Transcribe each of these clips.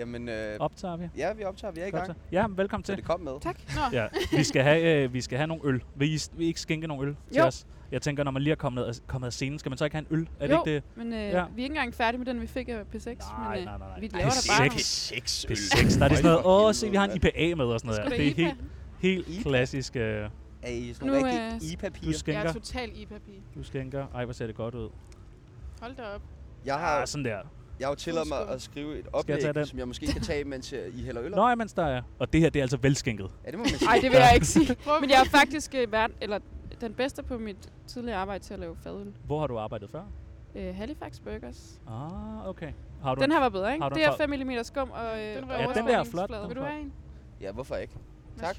Jamen, optager vi? Ja, vi optager. Vi er i gang. Ja, velkommen til. Så det kom med. Tak. Ja, vi skal have nogle øl. Vil I ikke skænke nogle øl til os? Jeg tænker, når man lige er kommet af scenen, skal man så ikke have en øl? Er det ikke det? Men vi er ikke engang færdige med den, vi fik af P6. Nej. Vi laver der bare P6 øl. P6, der er det sådan noget, se, vi har en IPA med og sådan noget. Det er helt klassisk. Er I sådan nogle rigtig IPA-piger? Jeg er total IPA-pige. Du skænker. Ej, hvor ser det godt ud. Hold da op. Jeg har sådan der. Jeg har jo tilladt mig at skrive et oplæg, som jeg måske kan tage, mens I hælder øl op. Nå ja, mens der er. Og det her, det er altså velskænket. Ja, det må man sige. Nej, det vil jeg ikke sige. Men jeg er faktisk den bedste på mit tidligere arbejde til at lave fadøl. Hvor har du arbejdet før? Halifax Burgers. Okay. Den her var bedre, ikke? Det er 5 mm skum og den der er flot. Vil du have en? Ja, hvorfor ikke? Tak.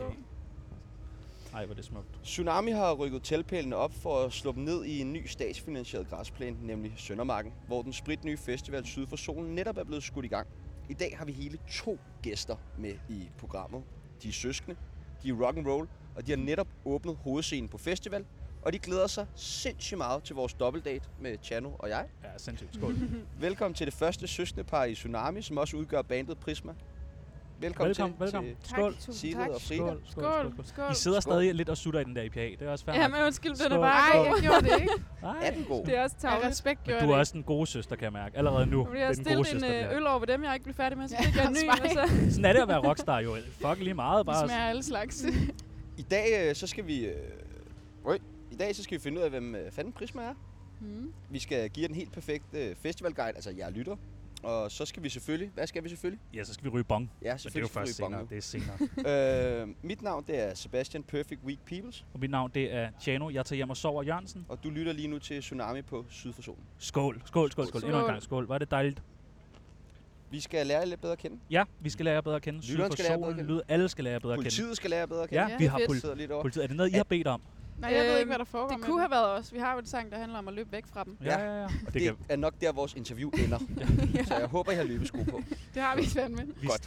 Ej, hvor det smukt. Tsunami har rykket teltpælene op for at slå dem ned i en ny statsfinansieret græsplæne, nemlig Søndermarken, hvor den spritnye festival Syd for Solen netop er blevet skudt i gang. I dag har vi hele 2 gæster med i programmet. De er søskende, de er rock'n'roll, og de har netop åbnet hovedscenen på festival, og de glæder sig sindssygt meget til vores dobbeltdate med Chano og jeg. Ja, sindssygt. Skål. Velkommen til det første søskendepar i Tsunami, som også udgør bandet Prisma. Velkommen. Skål. Sigrid og Frida. Skål. I sidder stadig lidt og sutter i den der IPA. Det er også færdigt. Ja, men undskyld, den er bare... Ej, jeg gjorde det ikke. Er den god? Det er også tavligt. Respekt gjorde det. Du er også den gode søster, kan jeg mærke. Allerede nu. Jeg har stillet en øl over ved dem, jeg ikke blev færdig med, så fik jeg en ny. Sådan er det at være rockstar jo. Fuck lige meget. Bare. Det smager alle slags. I dag så skal vi... finde ud af, hvem fanden Prisma er. Vi skal give den helt perfekte festivalguide, altså jeg lytter. Og så skal vi selvfølgelig... Hvad skal vi selvfølgelig? Ja, så skal vi ryge bong. Ja, selvfølgelig det er jo først senere. Det er senere. Mit navn, det er Sebastian Perfect Week Peoples. Og mit navn, det er Chano. Jeg tager hjem og sover Jørgensen. Og du lytter lige nu til Tsunami på Syd for Solen. Skål. Endnu en gang skål. Var det dejligt. Vi skal lære jer lidt bedre at kende. Ja, vi skal lære jer bedre at kende. Lytteren skal lære jer bedre at kende. Alle skal lære jer bedre at kende. Politiet skal lære jer bedre at kende. Ja, vi har politiet. Er det noget, I har bedt om? Nej, jeg ved ikke, hvad der foregår. Det kunne have været os. Vi har jo en sang, der handler om at løbe væk fra dem. Ja. Og det er nok der, vores interview ender. Så jeg håber, I har løbesko på. Det har vi fandme.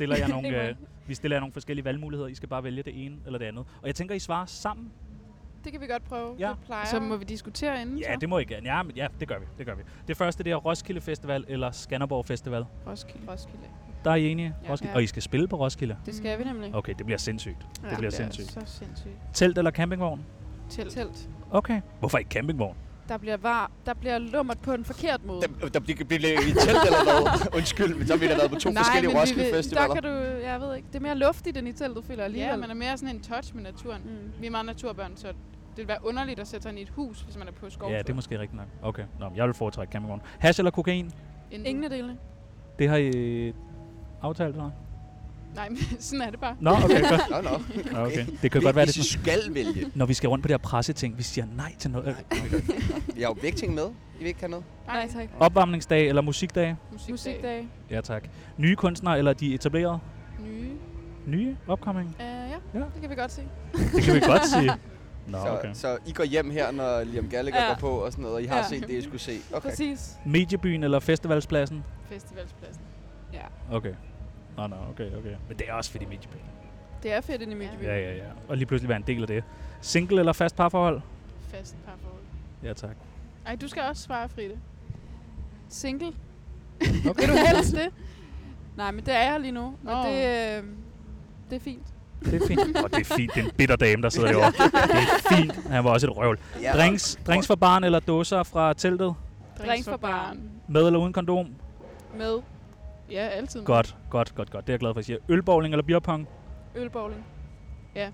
Vi stiller jer nogle forskellige valgmuligheder. I skal bare vælge det ene eller det andet. Og jeg tænker, I svarer sammen. Det kan vi godt prøve. Ja. Det plejer. Så må vi diskutere inden. Ja, det må I gerne. Ja, det gør vi. Det første, det er Roskilde Festival eller Skanderborg Festival. Roskilde. Der er I enige? Ja. Roskilde. Og I skal spille på Roskilde? Det skal vi nemlig. Okay, det bliver sindssygt. Ja, det bliver så sindssygt. Telt eller campingvogn? Telt. Okay. Hvorfor ikke campingvogn? Der bliver lummert på en forkert måde. Der bliver i telt eller noget. Undskyld, men så har vi da været på 2 forskellige Roskilde Festivaler. Der kan du, jeg ved ikke, det er mere luftigt end i teltet, føler jeg alligevel. Ja, man er mere sådan en touch med naturen. Vi er meget naturbørn, så det vil være underligt at sætte sig ind i et hus, hvis man er på skovtur. Ja, det er måske rigtigt nok. Okay, jeg vil foretrække campingvogn. Hash eller kokain? Ingen af delene. Det har I aftalt, eller? Nej, men sådan er det bare. Nå, okay, godt. Nå. Okay. Det kan godt være, det skal vælge. Når vi skal rundt på det her presseting, vi siger nej til noget. Vi har jo begge ting med. I vil ikke have noget? Nej, tak. Opvarmningsdag eller musikdag? Musikdag. Ja, tak. Nye kunstnere eller de etablerede? Nye? Upcoming? Ja, det kan vi godt se. Det kan vi godt se. Nå, okay. Så I går hjem her, når Liam Gallagher går på og sådan noget, og I har set det, I skulle se? Okay. Præcis. Mediebyen eller festivalspladsen? Festivalspladsen, ja. Okay. Nå, okay. Men det er også fedt i mediebyen. Det er fedt i mediebyen. Ja. Og lige pludselig være en del af det. Single eller fast parforhold? Fast parforhold. Ja, tak. Ej, du skal også svare, Fride. Single? Okay. Vil du helst det? Nej, men det er jeg lige nu, og det er fint. Det er fint. Det er fint. Det er en bitter dame, der sidder derovre. Det er fint. Han var også et røvl. Drinks for barn eller dåser fra teltet? Drinks for barn. Med eller uden kondom? Med. Ja, altid med. Godt. Det er jeg glad for at sige. Ølbowling eller beerpong? Ølbowling. Ja.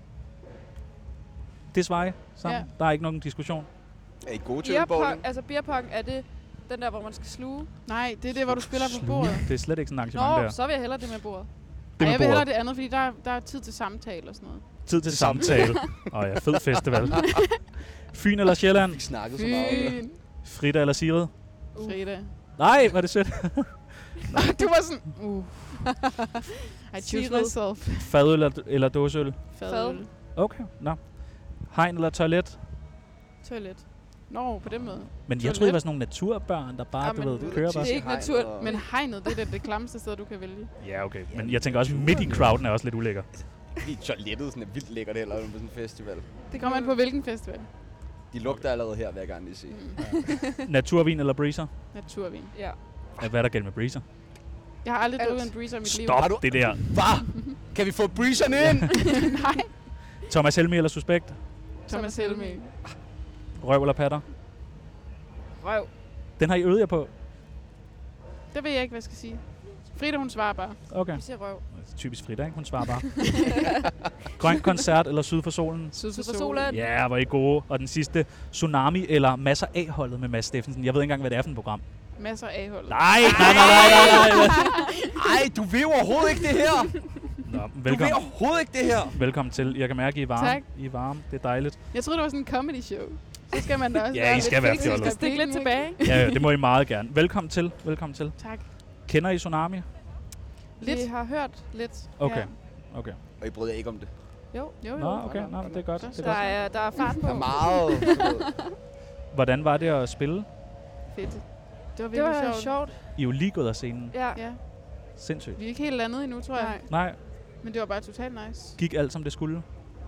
Det svarer I sammen. Ja. Der er ikke nogen diskussion. Er I gode til ølbowling? Altså beerpong, er det den der, hvor man skal sluge? Nej, det er det, hvor du spiller på bordet. Det er slet ikke sådan en arrangement der. Så vil jeg hellere det med bordet. Jeg vil hellere det andet, fordi der er tid til samtale og sådan noget. Tid til samtale. Ja, fed festival. Fyn eller Sjælland? Ikke snakket så meget. Frida eller Sigrid? Frida. Nej, var det sødt. Du var sådan... I choose myself. Fadøl eller dåseøl? Fadøl. Okay, Hegn eller toilet? Toilet. På den måde. Men jeg troede, I var sådan nogle naturbørn, der bare, kører bare. Det er ikke natur, men hegnet, det er det klammeste sted, du kan vælge. Ja, okay. Men jeg tænker også, midt i crowden er også lidt ulækker. Toilettet sådan er vildt lækkert heller på sådan en festival. Det kommer an på hvilken festival. De lugter allerede her, vil jeg gerne lige sige. Naturvin eller breezer? Naturvin, ja. Hvad er der galt med breezer? Jeg har aldrig drukket en breezer i mit liv. Stop det der. Hvad? Kan vi få breezerne ind? Nej. Thomas Helmi eller Suspekt? Thomas Helmi. Røv eller patter? Røv. Den har I øvet jer på? Det ved jeg ikke, hvad jeg skal sige. Frida, hun svarer bare. Okay. Vi siger røv. Typisk Frida, ikke? Hun svarer bare. Grøn koncert eller Syd for solen? Syd for solen. Ja, hvor er I gode. Og den sidste, Tsunami eller Masser A-holdet med Mads Steffensen. Jeg ved ikke engang, hvad det er for et program. Masser af hold. Nej. Ej, du ved overhovedet ikke det her. Nå, Du ved velkommen. overhovedet ikke det her. Velkommen til. Jeg kan mærke, I er varme. Tak. I er varme. Det er dejligt. Jeg troede, det var sådan en comedy show. Så skal man da også Ja, I skal være fjollet. Skal stikke lidt tilbage. Ja, det må I meget gerne. Velkommen til. Tak. Kender I Tsunami? Lidt. Vi har hørt lidt. Okay. Ja. Okay. Og I bryder jer ikke om det. Jo. Nå, okay. Nå, det er godt. Det er godt. Der er fart på. Der er meget. Hvordan var det at spille? Fedt. Det var Det virkelig var sjovt. sjovt. I er jo lige gået af scenen. Ja. Ja. Sindssygt. Vi er ikke helt landet endnu, tror jeg. Nej. Nej, Men det var bare totalt nice. gik alt som det skulle.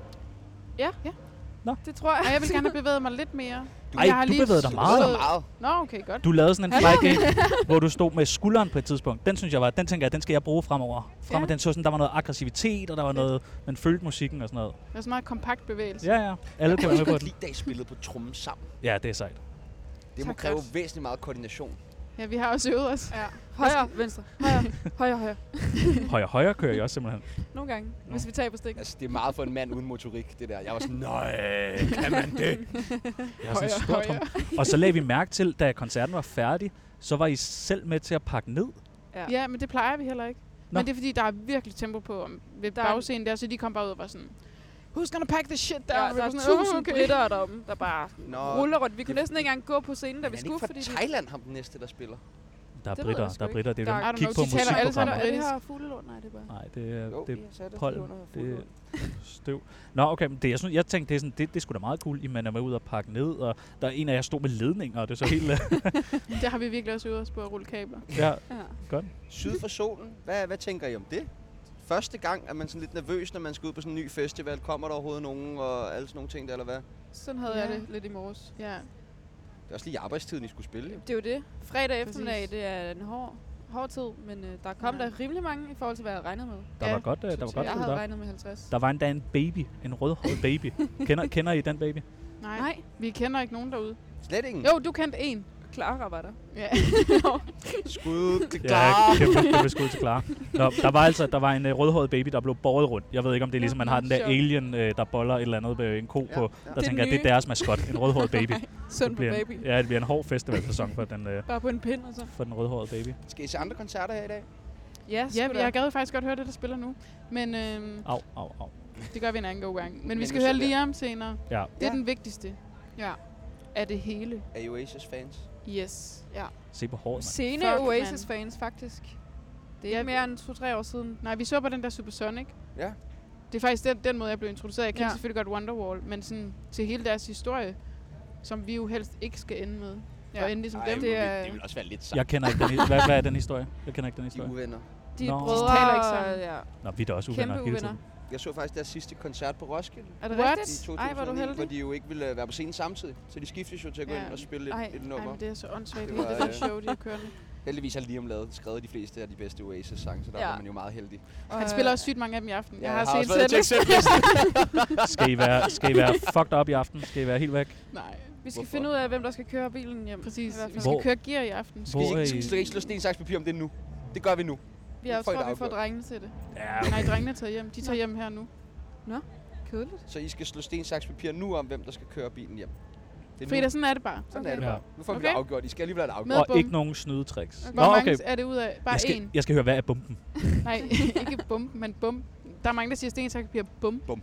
Ja. Det tror jeg. Og jeg vil gerne have bevæget mig lidt mere. Ej, Jeg har du lige bevægede dig stået- meget. Nå, okay, godt. Du lavede sådan en fly game, hvor du stod med skulderen på et tidspunkt. Den synes jeg den tænker jeg, den skal jeg bruge fremover. Ja. Den så sådan, der var noget aggressivitet, og der var noget, man følte musikken og sådan noget. Det var så meget kompakt bevægelse. Ja. Alle kan være med på Jeg det. lide, da I spillede på trommen sammen. Ja, det er sejt. Det må Tak, kræve godt. væsentligt meget koordination. Ja, vi har også øvet os. Ja. Højre, venstre. Højre. Højre kører jeg også simpelthen. Nogle gange, hvis vi tager på stik. Altså, det er meget for en mand uden motorik, det der. Jeg var sådan, nej, kan man det? Jeg har sådan en stor trum. Og så lagde vi mærke til, da koncerten var færdig, så var I selv med til at pakke ned. Ja, men det plejer vi heller ikke. Nå. Men det er fordi, der er virkelig tempo på ved Der er- bagscenen der, så de kom bare ud og var sådan, who's gonna pack this shit Der, down? der Vi var er sådan, 1000 britter deromme, der bare Nå, ruller rundt. Vi kunne næsten ikke engang gå på scenen, da vi men skulle, ikke fordi fra Thailand, ham den næste, der spiller. Der er Det ved jeg britter, sgu der er ikke. britter. Det Der er er- dem. I Kig don't på know, de taler alle musikprogrammer. sammen er det her fuglelund? Nej, det er bare... Nej, det Jo, er jeg sagde, der pollen. stod under Det er fodbold. støv. Nå, okay, men jeg tænkte, det er, sådan, det er sgu da meget cool, I man er med ud og pakke ned, og der er en af jer stod med ledninger, og det er så helt... det har vi virkelig også øvet os på at rulle kabler. ja, Ja. godt. Syd for solen, hvad tænker I om det? Første gang er man sådan lidt nervøs, når man skal ud på sådan en ny festival. Kommer der overhovedet nogen og alle sådan nogle ting der, eller hvad? Sådan havde jeg det lidt i morges. Ja. Det er også lige arbejdstiden, I skulle spille. Jo. Det er jo det. Fredag Præcis. eftermiddag, det er en hård tid, men der kom der rimelig mange i forhold til, hvad jeg havde regnet med. Der Ja, var godt, der var totalt. godt Jeg fyldt havde op. regnet med 50. Der var endda en baby, en rødhåret baby. Kender I den baby? Nej. Vi kender ikke nogen derude. Slet ikke. Jo, du kendte en. Clara var der. Ja. Skud til Ja, klar. kæmpe skud til Clara. Nå, der var en rødhåret baby, der blev båret rundt. Jeg ved ikke, om det er ligesom, man har den der sjovt. alien, der boller et eller andet med en ko Ja, på. ja. Der Det tænker jeg, det er nye. deres maskot, en rødhåret baby. Sund Det på bliver baby. Ja, det bliver en hård festivalsæson for Bare på en pind og så. rødhårede baby. Skal I se andre koncerter her i dag? Ja, Ja, jeg gad faktisk godt høre det, der spiller nu. Men Au. det gør vi en anden god gang. Men vi Men skal nu høre så- Liam senere. Ja, Det er Ja. den vigtigste Ja. af det hele. Er I Oasis-fans? Yes. Ja. se på håret, mand. Sene Fuck, Oasis-fans, faktisk. Det er Ja, ikke mere end 2-3 år siden. Nej, vi så på den der Supersonic. Ja. Det er faktisk den måde, jeg blev introduceret. Jeg kendte Ja. selvfølgelig godt Wonderwall, men sådan til hele deres historie, som vi jo helst ikke skal ende med. Ja. Og ende ligesom Ej, dem. det er- det vil også være lidt sagt. Jeg kender ikke den hvad er den historie? Jeg kender ikke den De historie. uvenner. De Nå. brødre... De taler ikke sammen. Ja. Nå, vi er da også Kæmpe uvenner hele uvenner. tiden. Jeg så faktisk deres sidste koncert på Roskilde Er det What? i rigtigt? 2009, Ej, hvor er du heldig. hvor de jo ikke ville være på scenen samtidig. Så de skiftes jo til at gå Ja. ind og spille Ej, et nummer. men det er så åndssvagt. Det Det var, er det show, de har kørt. Heldigvis har Liam skrevet de fleste af de bedste Oasis-sange, så der Ja. var man jo meget heldig. Han spiller også sygt mange af dem i aften. Jeg har også set været til selv. eksempel. Skal I være fucked up i aften? Skal I være helt væk? Nej, Vi skal Hvorfor? finde ud af, hvem der skal køre bilen hjem. præcis. I hvert fald. Vi skal Hvor- køre gear i aften. Hvor er I? Skal I ikke slå sten, saks, papir om det nu? Det gør vi nu. Jeg får I tror, det vi får afgjort. drengene til det. Ja, Nej, drengene er taget hjem. De tager Nå. hjem her nu. Kedeligt. Så I skal slå sten, saks, papir nu om, hvem der skal køre bilen hjem. Det er Frida, nu. sådan er det bare. Sådan Okay. er det bare. Nu får vi det Okay. afgjort. I skal alligevel have det Med afgjort. bum. Og ikke nogen snydetricks. Hvor mange er det ud af? Bare én? Jeg skal høre, hvad er bomben? Nej, ikke bum, men bum. Der er mange, der siger sten, saks, papir, bum. Nå,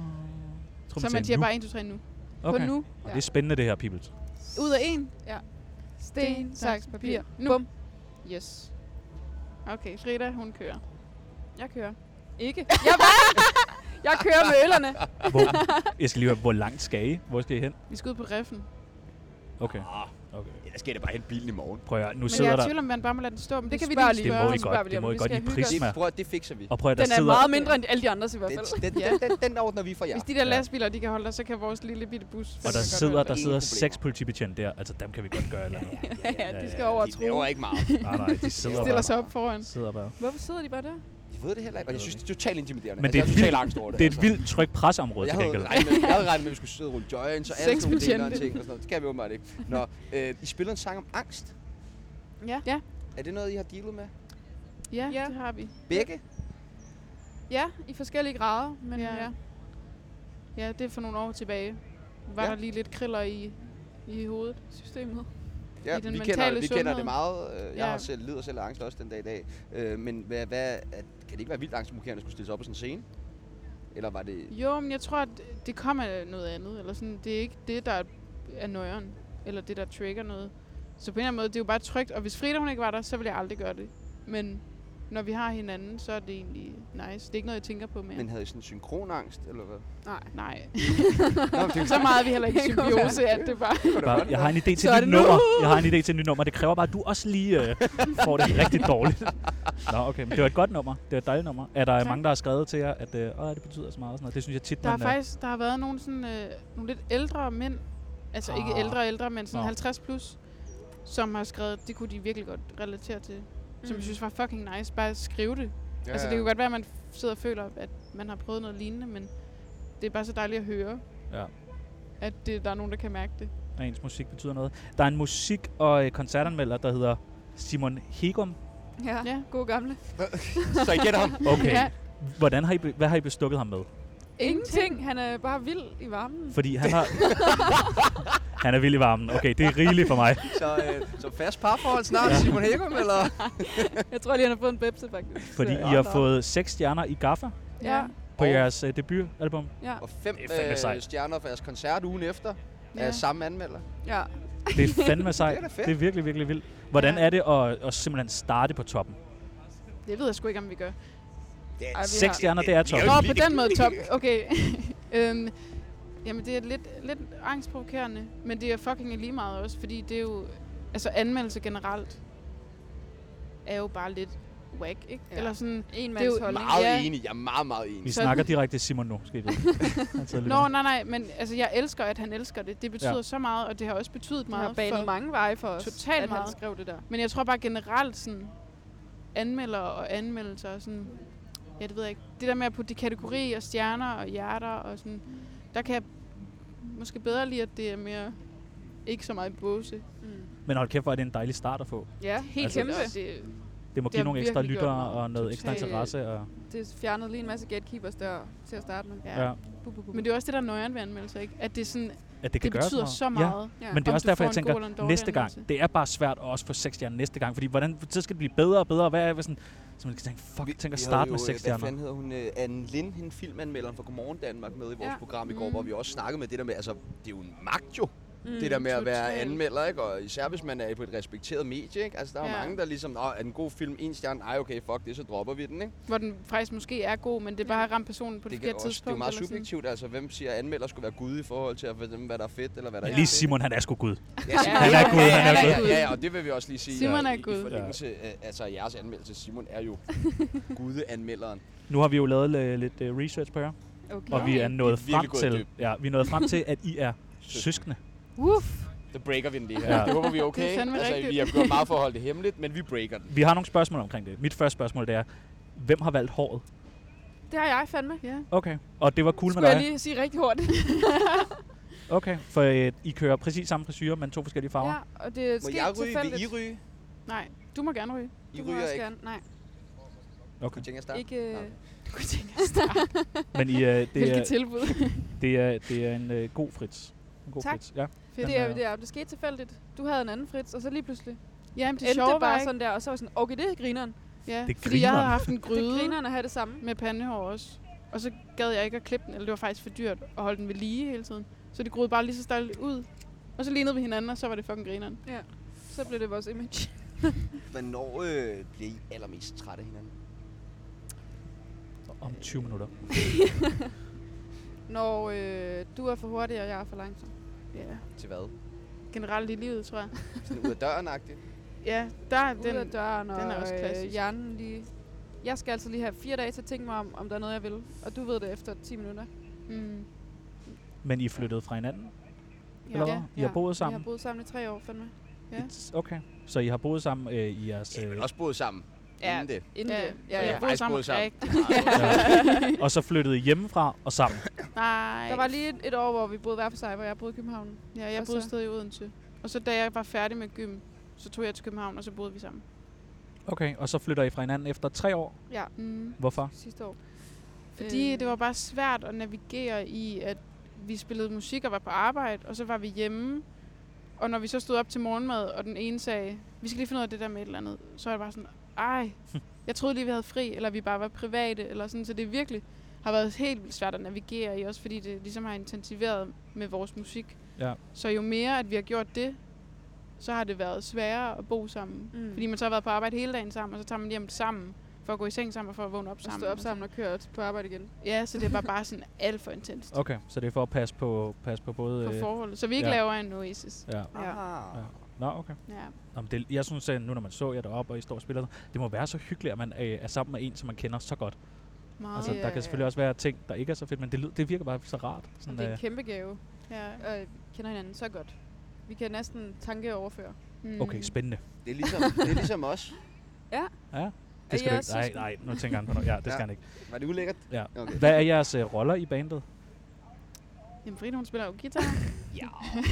Så man siger bare 1, 2, 3 nu. okay. På nu. Og det er spændende, det her, peoples. Ud af 1. Sten, saks, papir. Nu. Bum. Yes. Okay, Frida, hun kører. Jeg kører. Ikke. Jeg kører med ølerne. Jeg skal lige høre, hvor langt skal I? Hvor skal I hen? Vi skal ud på Reffen. Okay. Okay. Ellers skal det bare hente bilen i morgen. Prøv at, nu Men sidder jeg er der... i tvivl om, man bare må lade den stå. Men Det kan vi spørger lige lige. Det må I spørger godt, det må I godt i Prisma. Det fikser vi. Og prøv at, der Den er sidder... meget mindre end alle de andres i hvert fald. Den ordner vi for jer. Hvis de der lastbiler, de kan holde der, så kan vores lille bitte bus... Og der sidder 6 politibetjente der. Altså, dem kan vi godt gøre eller noget. Ja, de skal over og De laver tro. ikke meget. Nej, de sidder Stiller bare. sig op foran. Sidder bare. Hvorfor sidder de bare der? Jeg ved det heller ikke, og jeg synes, det er totalt intimiderende. Men det er jeg et totalt vildt- angst over det. Det er et vildt trygt presseområde til gengæld. Jeg havde regnet med, at vi skulle sidde og rulle joints og alle sådan nogle ting og betjente. ting og sådan noget. Det kan vi åbenbart ikke. Nå, I spiller en sang om angst. Ja. Er det noget, I har dealet med? Ja, Ja. det har vi. Begge? Ja, i forskellige grader, men Ja. ja. Ja, det er for nogle år tilbage. Var der lige lidt kriller i hovedet, systemet. Ja, I den vi mentale kender sundhed. det meget. Jeg Ja. har lider selv af angst også den dag i dag. Men kan det ikke være vildt angstprovokerende at skulle stille sig op på sådan en scene? Eller var det... Jo, men jeg tror, at det kommer af noget andet. Eller sådan, det er ikke det, der er nøjeren. Eller det, der trigger noget. Så på en eller anden måde, det er jo bare trygt. Og hvis Frida hun ikke var der, så ville jeg aldrig gøre det. Men når vi har hinanden, så er det egentlig nice. Det er ikke noget, jeg tænker på mere. Men havde I sådan synkronangst, eller hvad? Nej. Nå, det Så meget er vi heller ikke i symbiose, at det bare... Bare, jeg har en idé til Så er et det nyt nu. nummer. Jeg har en idé til et nyt nummer. Det kræver bare, at du også lige får det rigtig dårligt. Nå, okay. Men det var et godt nummer. Det var et dejligt nummer. Er der Tak. mange, der har skrevet til jer, at det betyder så meget? Og sådan noget? Det synes jeg tit, Der man... har været nogle sådan nogle lidt ældre mænd, altså ikke ældre, men sådan Nå. 50 plus, som har skrevet, det kunne de virkelig godt relatere til. Som jeg synes var fucking nice, bare at skrive det. Ja, Altså det kan godt være, at man sidder og føler, at man har prøvet noget lignende, men det er bare så dejligt at høre, Ja. at der er nogen, der kan mærke det. At ens musik betyder noget. Der er en musik- og koncertanmelder, der hedder Simon Hegum. Ja, god gamle. Så I kender ham? Okay. Ja. Hvad har I bestukket ham med? Ingenting. Han er bare vild i varmen. Fordi han har... han er vild i varmen. Okay, det er rigeligt for mig. Så fast parforhold snart, Simon Hegum, eller? Jeg tror lige, han har fået en Bebse, faktisk. Fordi Så- I har fået 6 stjerner i Gaffa Ja. på Og- jeres debutalbum. Ja. Og 5 Det er fandme sejt. stjerner for jeres koncert ugen efter Ja. af samme anmelder. Ja. Det er fandme sejt. Det er da fedt. Det er virkelig, virkelig vildt. Hvordan Ja. er det at simpelthen starte på toppen? Det ved jeg sgu ikke, om vi gør. Ej, vi 6 har- stjerner, det er toppen. Nå, på den måde top. Okay. Jamen, det er lidt angstprovokerende, men det er fucking lige meget også, fordi det er jo... Altså, anmeldelse generelt er jo bare lidt whack, ikke? Ja. Eller sådan... En Det er mands jo holdning. Meget Ja. enig. Jeg er meget, meget Vi enig. snakker direkte til Simon nu, skal I vide. Han sidder lidt Nå, med. nej, men altså, jeg elsker, at han elsker det. Det betyder så meget, og det har også betydet Han har meget banet for... mange veje for os, Totalt at han meget. skrev det der. Men jeg tror bare generelt sådan... Anmelder og anmeldelser og sådan... Ja, det ved jeg ikke. Det der med at putte de kategorier og stjerner og hjerter og sådan... Der kan jeg måske bedre lide, at det er mere... Ikke så meget båse. Men hold kæft, hvor er det en dejlig start at få. Ja, helt Altså, kæmpe. Det må Det give har nogle ekstra virkelig gjort lyttere meget. og noget ekstra Totalt. interesse. Og, Det fjernede lige en masse gatekeepers der til at starte med. ja. Men det er også det, der er nøjeren ved anmeldelser, ikke? At det, er sådan, At det kan det gøre betyder sådan så noget. meget. Ja. Men det er om også du derfor, får jeg en tænker, god eller en dårlig næste gang, anmeldelse. det er bare svært at også få 6 stjerner næste gang, fordi så skal det blive bedre og bedre. Hvad er sådan, så man kan tænke, tænk at starte med 6 Hvad stjerner. fanden hedder hun? Anne Lind, hende filmanmelderen fra Godmorgen Danmark, med i vores program i går, hvor vi også snakkede med det der med, altså, det er jo en magt jo. Det der med at være totalt. anmelder, ikke? Og især hvis man er på et respekteret medie, ikke? Altså, der er jo mange, der ligesom, er en god film, 1 stjerne, ej okay, fuck det, så dropper vi den, ikke? Hvor den faktisk måske er god, men det er bare har ramt personen på det Det, forkerte også, det er jo tidspunkt. meget eller sådan. subjektivt, altså hvem siger, at anmelder skulle være gud i forhold til at bedømme, hvad der er fedt, eller hvad der Men ikke lige er fedt. Simon, han er sgu Gud. Ja, Han er Gud, han er Gud. Ja, og det vil vi også lige sige. Simon er i Gud. forlængelse af altså, jeres anmeldelse. Simon er jo gudeanmelderen. Nu har vi jo lavet lidt research på jer, Okay. og vi er nået Vi er virkelig frem gået til, dybt. vi er nået frem til, at I er søskende. Uff. Så breaker vi den lige her. Ja. Det håber vi er Det okay. er fandme Altså, rigtigt. vi har gjort meget for at holde det hemmeligt, men vi breaker den. Vi har nogle spørgsmål omkring det. Mit første spørgsmål, det er, hvem har valgt håret? Det har jeg fandme. Ja. Okay, og det var cool med Skulle jeg dig? lige sige rigtig hurtigt. Okay, for I kører præcis samme frisyrer, men 2 forskellige farver? Ja, og det er Må sket jeg ryge? tilfældigt. Vil I ryge? Nej, du må gerne ryge. I Du må ryger også ikke. gerne. Nej, Okay. Kunne I tænke jer at starte? ikke... Nå. Du kunne tænke at starte. Men Hvilket tilbud. det er en god Fritz. En god Tak. Fritz, ja. Fedt. Det skete tilfældigt. Du havde en anden Fritz, og så lige pludselig Ja, men det endte sjove det bare var ikke. sådan der, og så var jeg sådan, okay, det er grineren. Ja, Det er fordi jeg havde grineren. haft en Det er gryde grineren at have det samme. med pandehår også. Og så gad jeg ikke at klippe den, eller det var faktisk for dyrt at holde den ved lige hele tiden. Så det groede bare lige så stejlt ud. Og så lignede vi hinanden, og så var det fucking grineren. Ja, så blev det vores image. Hvornår bliver I allermest træt af hinanden? Om 20 minutter. Når du er for hurtig, og jeg er for langsom. Ja. Til hvad? generelt i livet, tror jeg. Sådan ud af døren-agtigt. Ja, der er Ud af den. døren, og den er også klassisk. hjernen lige... Jeg skal altså lige have 4 dage til at tænke mig om der er noget, jeg vil. Og du ved det efter 10 minutter. Mm. Men I flyttede fra hinanden? Ja. Eller hvad? I har boet Vi sammen? har boet sammen i 3 år, fandme. Ja. Okay. Så I har boet sammen i jeres... Ja, men også boet sammen. Ja, Inden det. inden Ja, det. ja, jeg ja. har faktisk boet sammen. rigtig Ja. Og så flyttede I hjemmefra og sammen? Nej. Der var lige et år, hvor vi boede hver for sig, hvor jeg boede i København. Ja, jeg Og boede så- stadig i Odense. Og så da jeg var færdig med gym, så tog jeg til København, og så boede vi sammen. Okay, og så flytter I fra hinanden efter 3 år? Ja, Mm. Hvorfor? sidste år. Fordi det var bare svært at navigere i, at vi spillede musik og var på arbejde, og så var vi hjemme. Og når vi så stod op til morgenmad, og den ene sagde, vi skal lige finde ud af det der med et eller andet, så var det bare sådan, ej, jeg troede lige, vi havde fri, eller vi bare var private, eller sådan. Så det virkelig har været helt vildt svært at navigere i, også fordi det ligesom har intensiveret med vores musik. Ja. Så jo mere, at vi har gjort det, så har det været sværere at bo sammen. Fordi man så har været på arbejde hele dagen sammen, og så tager man hjem sammen, for at gå i seng sammen, og for at vågne op Og sammen. stå op sammen og køre på arbejde igen. Ja, så det var bare sådan alt for intenst Okay, så det er for at passe på både... på forholdet. Så vi ikke ja. laver en Oasis. Ja. Ja. Ah. Ja. Nå, okay. Ja. Nå, men det, jeg synes, at nu når man så jer deroppe, og I står og spiller, det må være så hyggeligt, at man er sammen med en, som man kender så godt. Meget. Altså, der kan selvfølgelig også være ting, der ikke er så fedt, men det virker bare så rart. Og Sådan, det er en kæmpe gave. Ja. Og vi kender hinanden så godt. Vi kan næsten tankeoverføre. okay, spændende. Det er ligesom os. Ja, Er det skal I du også ikke. søskende? Nej, nu tænker han på noget. Ja, det Ja. skal han ikke. Var det ulækkert? Ja. Okay. Hvad er jeres roller i bandet? Jamen, Frida, hun spiller jo guitar Ja.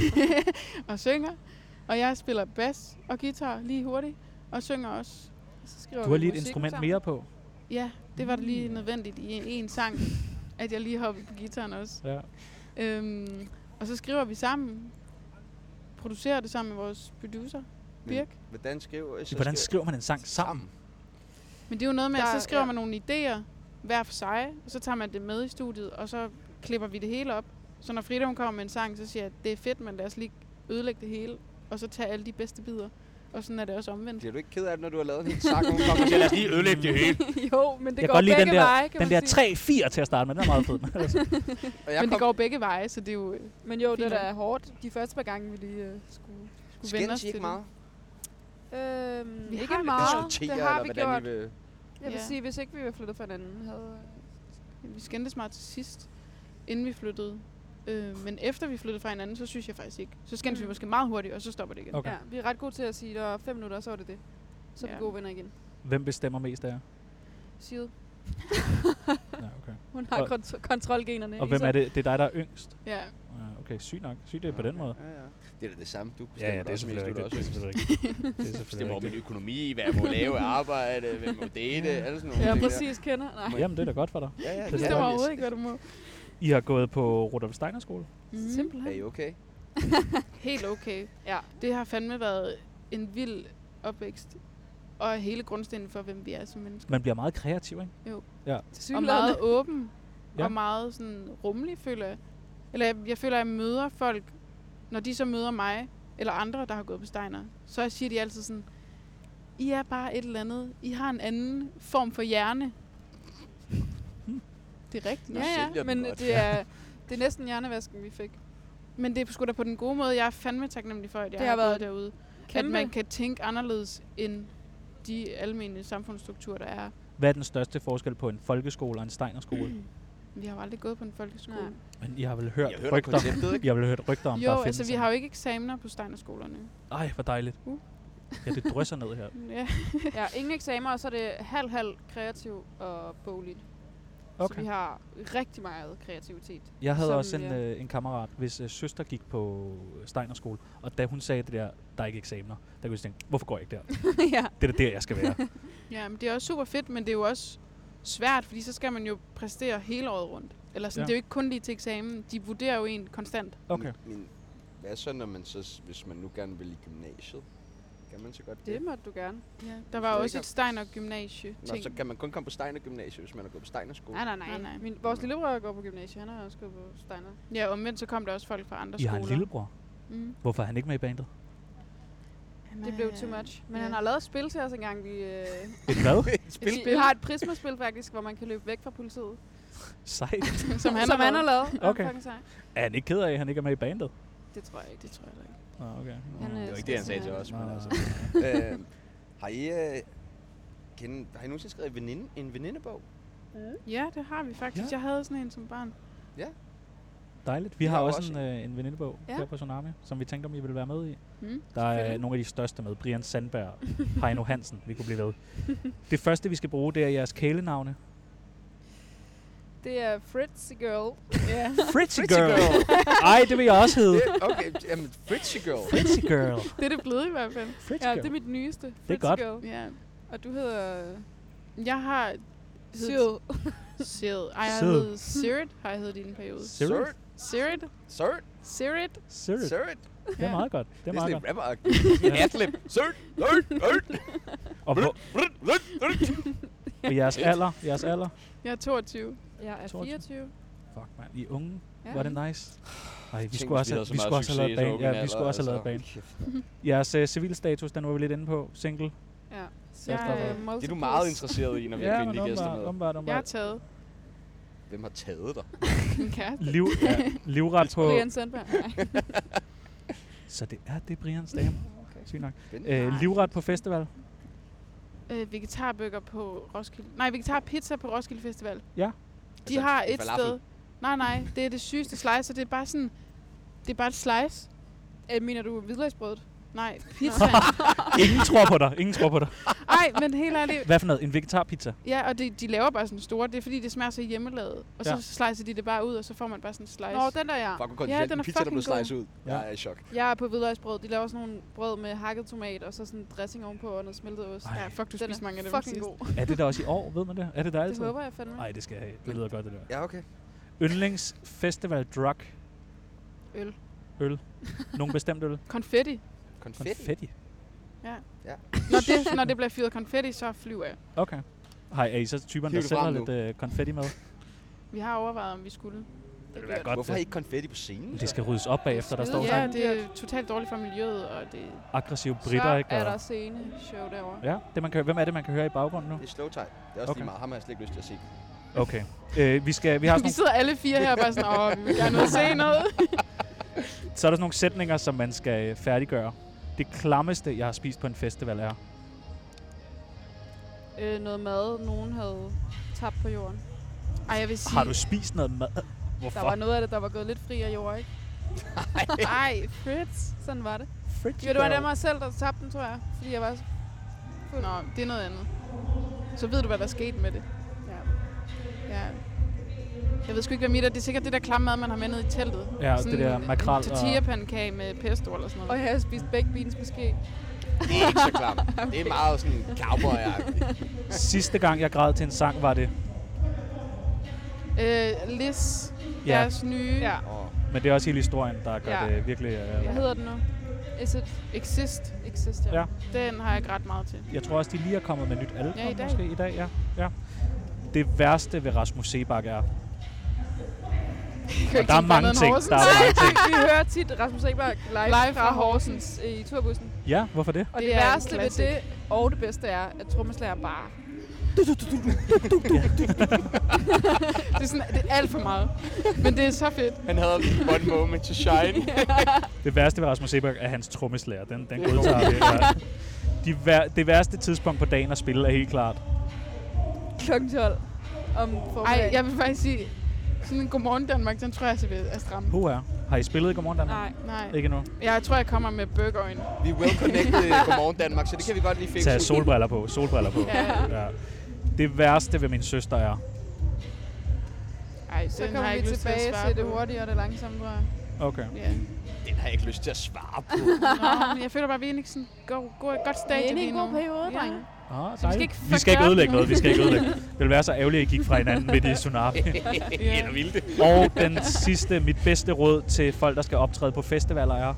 og synger. Og jeg spiller bas og guitar lige hurtigt. Og synger også. Så skriver Du har vi lige et musikken instrument sammen. mere på. Ja, det var lige nødvendigt i en sang, at jeg lige hoppede på guitaren også. Ja. Og så skriver vi sammen. Producerer det sammen med vores producer, Birk. Hvordan skriver man en sang sammen? Men det er jo noget med, at Der- så skriver ja. man nogle idéer hver for sig, og så tager man det med i studiet, og så klipper vi det hele op. Så når Frida hun kommer med en sang, så siger jeg, at det er fedt, men lad os lige ødelægge det hele, og så tage alle de bedste bidder. Og sådan er det også omvendt. Bliver du ikke ked af det, når du har lavet en hel sang, og hun kommer og siger, lad os lige ødelægge det hele? Jo, men det Jeg kan går godt lide begge den der, veje, kan den man der sige. 3-4 til at starte med. Den er meget fed. Altså, Og jeg Men det kom, går begge veje, så det er jo Men jo, det Fint der nok. er hårdt. De første par gange, vi lige skulle vende os skændes I ikke til meget? Vi ikke har meget. Diskuterer, Det har eller vi hvordan gjort. I vil... Jeg vil Ja. sige, hvis ikke vi var flyttet fra hinanden, havde... Vi skændtes meget til sidst, inden vi flyttede. Men efter vi flyttede fra hinanden, så synes jeg faktisk ikke. Så skændes vi måske meget hurtigt, og så stopper det igen. okay. Ja, vi er ret gode til at sige, at der var 5 minutter, og så var det det. Så er vi Ja. gode venner igen. Hvem bestemmer mest af jer? Shield. Ja, okay. Hun har Og- kontrolgenerne. Og i hvem sig. er det? Det er dig, der er yngst? Ja. Ja, okay, sygt nok. Sygt det er på den måde. Ja, ja. Det er da det samme. Du Ja, ja, bestemmer det er også mest, selvfølgelig du er rigtigt. også Det er yngst. selvfølgelig rigtigt. Det er Bestemmer selvfølgelig over min rigtigt. økonomi, hvad jeg må lave af arbejde, hvem må date, alle sådan nogle Ja, ting der. præcis kender. Nej. Jamen, det er da godt for dig. Ja, ja, Det Det er stemmer godt. overhovedet ikke, hvad du må. I har gået på Rudolf Steiner skole. Simpelthen. Er I okay? Helt okay. Ja. Det har fandme været en vild opvækst. Og hele grundstenen for, hvem vi er som mennesker. Man bliver meget kreativ, ikke? Og meget åben. Ja. Og meget sådan rummelig, føler jeg. Eller jeg føler, at jeg møder folk, når de så møder mig, eller andre, der har gået på Steiner, så siger de altid sådan, I er bare et eller andet. I har en anden form for hjerne. Det er rigtigt. Nå, Ja, sælger ja, den men godt. det er næsten hjernevasken, vi fik. Men det er sgu da på den gode måde. Jeg er fandme taknemmelig for, at jeg Det har har været været derude. Kæmpe. At man kan tænke anderledes end de almene samfundsstrukturer, der er. Hvad er den største forskel på en folkeskole og en Steiner-skole? Vi har jo aldrig gået på en folkeskole. Nej. Men I har vel hørt Jeg hørte rygter? konceptet, ikke? I har vel hørt rygter om, Jo, der altså findes vi har jo ikke eksamener på Steinerskolerne. Ej, hvor dejligt. Ja, det drysser ned her. Ja. Ja, ingen eksamener, og så er det halv kreativ og bogligt. Så Okay. vi har rigtig meget kreativitet. Jeg havde som, også ja. en kammerat, hvis søster gik på Steiner skole, og da hun sagde det der er ikke eksamener, der kunne jeg tænke, hvorfor går jeg ikke der? Ja. Det er da der, jeg skal være. Ja, men det er også super fedt, men det er jo også svært, fordi så skal man jo præstere hele året rundt. Eller sådan, Ja. det er jo ikke kun lige til eksamen. De vurderer jo en konstant. Okay. Men hvad så, når man så, hvis man nu gerne vil i gymnasiet? Kan man så godt Det måtte du gerne. Ja. Der var Så også ikke- et Steiner gymnasie Nå, ting. så kan man kun komme på Steiner Gymnasium, hvis man har gået på Steiner skole. Nej, nej. Vores lillebror går på gymnasiet, han har også gået på Steiner. Ja, omvendt så kom der også folk fra andre I har skoler. en lillebror. Mm. Hvorfor er han ikke med i bandet? Det blev too much. Men ja. han har lavet spil til os engang. Vi, Et hvad? vi har et prismaspil faktisk, hvor man kan løbe væk fra politiet. Sejt. Som han Som har han har lavet. lavet. Okay. Ja, fucking sej. Er han ikke ked af, at han ikke er med i bandet? Det tror jeg ikke. Det tror jeg da ikke. Okay. Han, Det var ikke det, han sagde til os. Men Nej. altså. Har I nogensinde skrevet en venindebog? Ja, det har vi faktisk. Ja. Jeg havde sådan en som barn. Dejligt. Vi Jeg har har også også en venindebog Ja. her på Tsunami, som vi tænkte, om I ville være med i. Mm. Der er Selvfølgelig. nogle af de største med. Brian Sandberg, Heino Hansen, vi kunne blive ved. Det første, vi skal bruge, det er jeres kælenavne. Det er Fritzy Girl. Ja. Fritzy Fritzy Girl! Girl. Ej, det vil jeg også hedde. Okay, jamen, Fritzy Girl. Fritzy Girl. Det er det blevet i hvert fald. Fritzy Ja, Girl. det er mit nyeste. Det er Fritzy godt. Girl. Ja. Og du hedder... Jeg har Syl. Sid. Ej, jeg har Sid. heddet Sirit, har jeg heddet i en periode. Sirit. Sirit? Sirt. Sirit? Sirit. Sirt. Det er meget godt. Det er meget Det er godt. sådan lidt adlib. Sirt. Og jeres alder? Jeres alder? Jeg er 22. Jeg er 22. 24. Fuck, man. I er unge. Ja. Var det nice? Ej, vi Tænk, skulle også hvis vi skulle også have lavet band. Ja, vi skulle også have lavet band. band. Jeres civilstatus, den var vi lidt inde på. Single. Ja. Jeg er Det er du meget interesseret i, når vi har men kvindelige gæster med. åbenbart. Jeg har taget Hvem har taget dig? min kæreste. Livret på... Brian Sandberg. Nej. Så det er Brians dame. Okay. Sygt nok. Spændende. Livret på festival. Vegetarbøger på Roskilde. Nej, vegetarpizza på Roskilde Festival. Ja. De Altså, har en et falafel. sted. Nej, det er det sygeste slice, og det er bare sådan... Det er bare et slice. Mener du hvidløgsbrødet? Nej, pizza. Ingen tror på dig. Ingen tror på dig. Ej, men helt ærligt. Hvad for noget? En vegetarpizza? Ja, og de laver bare sådan store. Det er fordi, det smager så hjemmelavet. Og så Ja. slicer de det bare ud, og så får man bare sådan en slice. Nå, den der, ja. Fuck, hvor Ja, konditionelt. den er En pizza, der blev fucking god. sliced ud. Ja. Jeg er i chok. Jeg er på hvidløgsbrød. De laver sådan nogle brød med hakket tomat, og så sådan dressing ovenpå og noget smeltet ost. Ej. Ja, fuck, du Den spiser er mange af dem fucking sidst. god. Er det der også i år? Ved man det? Er det der Det altid? håber jeg fandme. Nej, det skal jeg have. Det lyder godt, det der. Ja, okay. Yndlings festival drug. Øl. Øl. Nogle bestemt øl. Konfetti. Konfetti. Når det bliver fyret konfetti, så flyver jeg. Okay. Er I så typerne, der Hiv det frem sælger lidt konfetti med? Vi har overvejet, om vi skulle. Det vil være godt. Hvorfor har I ikke konfetti på scenen? Det skal ryddes op bagefter, der står Ja, sådan det er totalt dårligt for miljøet, og det... aggressive Så britter, ikke? er Og- der scene-show derovre. Ja, det man kan, hvem er det, man kan høre i baggrunden nu? Det er slow tie. Det er også Okay. lige meget. Ham har jeg slet ikke lyst til at se. Okay. Vi har Vi sådan sidder alle fire her og bare sådan, vi vil gerne ud og se noget. så er der sådan nogle sætninger, som man skal færdiggøre. Det klammeste, jeg har spist på en festival er... Noget mad, nogen havde tabt på jorden. Ej, jeg vil sige... Har du spist noget mad? Hvorfor? Der var noget af det, der var gået lidt fri af jord, ikke? Ej, Fritz. Sådan var det. Fritzy Jo, det var girl. der mig selv, der tabte den, tror jeg. Fordi jeg var så... Nå, det er noget andet. Så ved du, hvad der skete med det. Ja. Ja. Jeg ved sgu ikke, hvad mit er. Det er sikkert det der klamme mad, man har med ned i teltet. Ja, det der makrel en tortilla-pandekage med pesto eller sådan Og noget. jeg har spist baked beans måske. Det er ikke så klamt. Det er meget sådan cowboy-agtigt. Sidste gang, jeg græd til en sang, var det... Liz, Ja. deres nye Ja. Men det er også hele historien, der gør Ja. det virkelig... Hvad hedder den nu? Is it Exist. Exist, ja. Ja. Den har jeg grædt meget til. Jeg tror også, de lige er kommet med nyt album, Ja, i dag. måske i dag. Ja. Det værste ved Rasmus Sebak er... Og der er mange ting. Der er mange ting. Vi hører tit Rasmus Ekberg live fra Horsens i turbussen. Ja, hvorfor det? Og Det det er en værste ved classic. det, og det bedste er, at trommeslager bare... Det er, sådan, det er alt for meget. Men det er så fedt. Han havde one moment to shine. Det værste ved Rasmus Sebak er hans trommeslager. Den godtager vi. Ja. Det værste tidspunkt på dagen at spille er helt klart. Klokken 12 om Ej, formiddagen. jeg vil faktisk sige, sådan en Godmorgen Danmark, den tror jeg så er stramme. Har I spillet i Godmorgen Danmark? Nej. Nej. Ikke nu. Jeg tror, jeg kommer med burgerøjne. Vi er well connected Godmorgen Danmark, så det kan vi godt lige fikse. Tag solbriller på. Ja. Ja. Det værste ved min søster er... Ej, Så den har kommer jeg vi ikke lyst til at tilbage svare til det på. hurtige og det langsomme, tror jeg. Okay. Ja. Den har jeg ikke lyst til at svare på. Nå, men jeg føler bare, at vi er inde i sådan godt stadie Det er lige en nu. god periode, Ja. drenge. Vi skal ikke ødelægge noget. Det vil være så ærgerligt, at I gik fra hinanden midt i tsunami. Eller ville det? Og den sidste, mit bedste råd til folk, der skal optræde på festivaler er...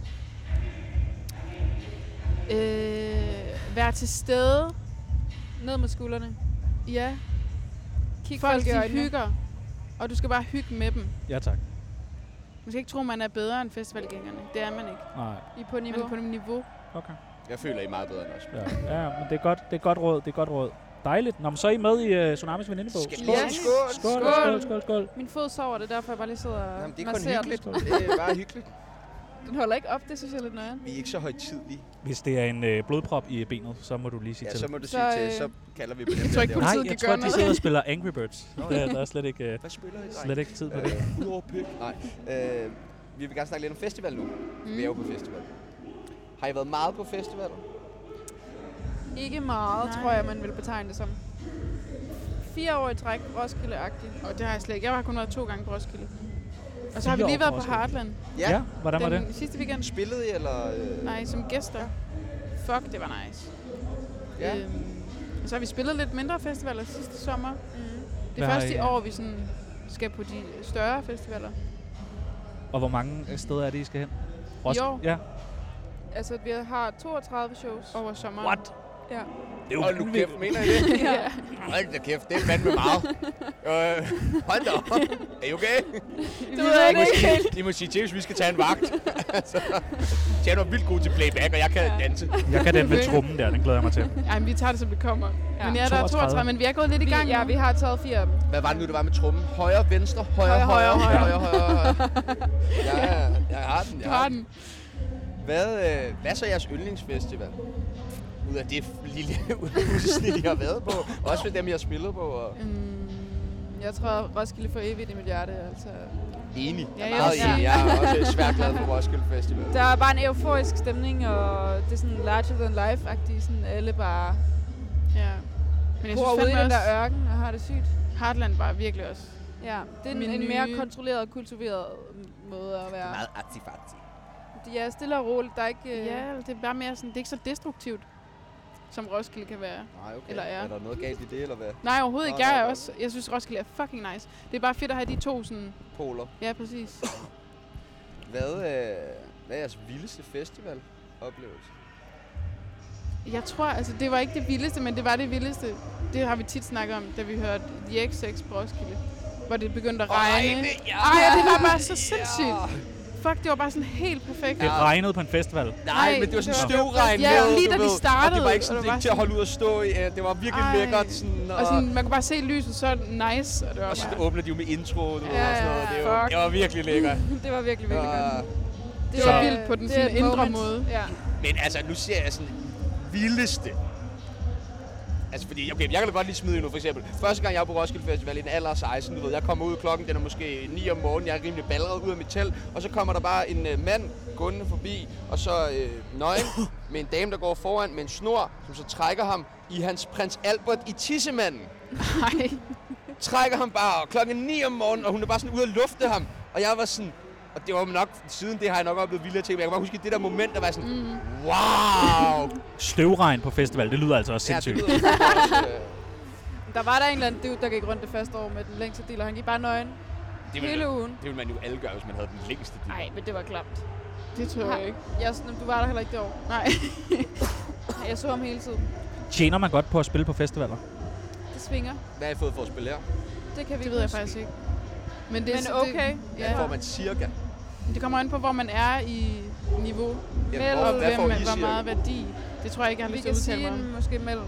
Vær til stede. Ned med skuldrene. Ja. Kig Folk, folk i de øjnene. hygger. Og du skal bare hygge med dem. Ja, tak. Man skal ikke tro, man er bedre end festivalgængerne. Det er man ikke. Nej, I er på Man niveau. er på niveau. okay. Jeg føler, I er meget bedre end os. Ja, men det er godt råd. Dejligt. Nå, men så er I med i Tsunamis venindebog. Skål. Ja. Skål. Skål. Min fod sover, det er derfor, jeg bare lige sidder og Jamen, det er kun masserer hyggeligt. lidt. Det er bare hyggeligt. Den holder ikke op, det synes jeg er lidt nøjeren. Vi er ikke så højtidlige. Hvis det er en blodprop i benet, så må du lige sige Ja, til. så må du Så, sige til, så kalder vi på dem. Jeg tror ikke, der. Nej, politiet jeg kan tror, gøre de noget. sidder og spiller Angry Birds. Der er slet ikke, Hvad spiller I? slet ikke tid på det. Udover pyg. Nej. Vi vil gerne snakke lidt om festival nu. Vi er jo på festival. Har I været meget på festivaler? Ikke meget, Nej. tror jeg, man vil betegne det som. 4 år i træk, Roskilde-agtigt. Og det har jeg slet ikke. Jeg har kun været 2 gange på Roskilde. Og så har vi 4 lige år været på på Roskilde. Heartland. Ja, hvordan var det? Den sidste weekend. Spillede I, eller? Nej, som gæster. Fuck, det var nice. Ja. Og så har vi spillet lidt mindre festivaler sidste sommer. Det Hvad er har først I- i år, vi sådan skal på de større festivaler. Og hvor mange steder er det, I skal hen? I år? Ja. Altså, vi har 32 shows. Over sommeren. What? Ja. Det er jo Hold nu kæft, mener I det? Ja. Hold da kæft, det er mand med meget. Hold da op. Er I okay? Det ved jeg ikke helt. I må sige til, hvis vi skal tage en vagt. Altså, Tjano er vildt god til playback, og jeg kan danse. Jeg kan den med trummen der, den glæder jeg mig til. Ej, men vi tager det, som det kommer. Ja. Men ja, der er 32, men vi er gået lidt i gang Ja, nu. vi har taget 4 af dem. Hvad var det nu, det var med trummen? Højre, venstre, højre. Ja, jeg har den. Du har den. Hvad er så jeres yndlingsfestival? Ud af det lille udsnit, I har været på. Også for dem, I har spillet på. Og... Jeg tror, Roskilde for evigt i mit hjerte. Altså. Enig. Ja, Jeg jeg er meget også. enig. Jeg er også svært glad for Roskilde Festival. Der er bare en euforisk stemning, og det er sådan larger than life-agtigt. Sådan alle bare Ja. Men jeg bor synes ude i fandme den også, der ørken og har det sygt. Heartland var virkelig også. Ja, det er Min en nye- mere kontrolleret og kultiveret måde at være. Meget artifati. De er stille og roligt. Der er ikke... Ja, det er bare mere sådan, det er ikke så destruktivt, som Roskilde kan være. Nej, okay. Eller er. Er der noget galt i det, eller hvad? Nej, overhovedet ikke. Nå, Jeg er nå, også. Jeg synes, Roskilde er fucking nice. Det er bare fedt at have de to sådan... Poler. Ja, præcis. Hvad er jeres vildeste festival-oplevelse? Jeg tror, altså det var ikke det vildeste, men det var det vildeste. Det har vi tit snakket om, da vi hørte The X6 på Roskilde. Hvor det begyndte at regne. Ej, det var bare så sindssygt. Fuck, det var bare sådan helt perfekt. Det regnede på en festival. Nej, men det var sådan støvregn. Ja, med, lige du da vi ved. startede, Og det var ikke sådan, og det det ikke til var at holde ud og stå i. Det var virkelig Ej. lækkert. Sådan, Og sådan, man kunne bare se lyset så nice. Og det var og så bare... åbnede de jo med intro, du ved, Ja, og sådan noget. fuck. Det var virkelig lækkert. Det var virkelig, virkelig godt. Det Så- var vildt på den det er sådan et indre moment. måde. Ja. Men altså, nu ser jeg sådan vildeste. Altså, fordi, okay, jeg kan da godt lige smide nu, for eksempel. Første gang, jeg var på Roskilde Festival i en alder af 16, du ved, jeg kommer ud, klokken den er måske 9 om morgenen, jeg er rimelig balleret ud af mit telt, og så kommer der bare en mand gående forbi, og så nøgen, med en dame, der går foran med en snor, som så trækker ham i hans prins Albert i tissemanden. Nej. Trækker ham bare, og klokken 9 om morgenen, og hun er bare sådan ude at lufte ham, og jeg var sådan, og det var nok, siden det har jeg nok oplevet vildere ting, men jeg kan bare huske det der moment, der var sådan, wow! Støvregn på festival, det lyder altså også Ja, det sindssygt. lyder også, Der var der en eller anden dude, der gik rundt det første år med den længste deal, og han gik bare nøgen det ville, hele ugen. det ville man jo alle gøre, hvis man havde den længste deal. Nej, men det var klamt. Det tror jeg ikke. Du var der heller ikke det år. Nej. Jeg så ham hele tiden. Tjener man godt på at spille på festivaler? Det svinger. Hvad har I fået for at spille her? Det kan vi Det ved jeg huske. faktisk ikke. Men, det, Men så okay. Hvad Ja. får man cirka? Det kommer an på, hvor man er i niveau. Ja, Og hvad får I hvor cirka? meget værdi. Det tror jeg ikke, jeg har Vi lyst til at kan udtale sige mig om. måske mellem.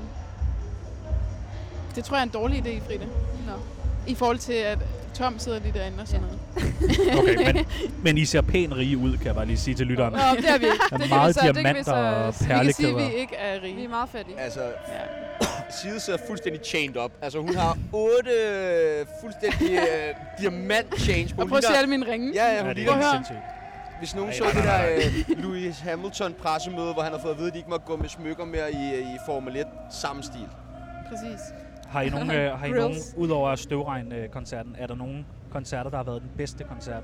Det tror jeg er en dårlig idé, Frida. Nå. I forhold til, at Tom sidder lige derinde og sådan noget. Okay, men I ser pænt rige ud, kan jeg bare lige sige til lytteren. Nå, det er vi ikke. Der er Det kan meget vi så- det kan vi diamanter og så- Vi kan sige, at perlekæder. vi ikke er Vi er rige. meget fattige. Altså, Ja. Side sidder fuldstændig chained up. Altså, hun har 8 fuldstændig diamant-chains på. Og prøv at se alle mine ringe. Ja, ja, Ja, hun det ligner, er høre. sindssygt. hvis nogen Ej, så nej, det nej, der Lewis Hamilton-pressemøde, hvor han har fået at vide, at de ikke må gå med smykker mere i Formel 1, samme stil. Præcis. Har I nogen, Grills. udover Støvregn-koncerten, er der nogle koncerter, der har været den bedste koncert?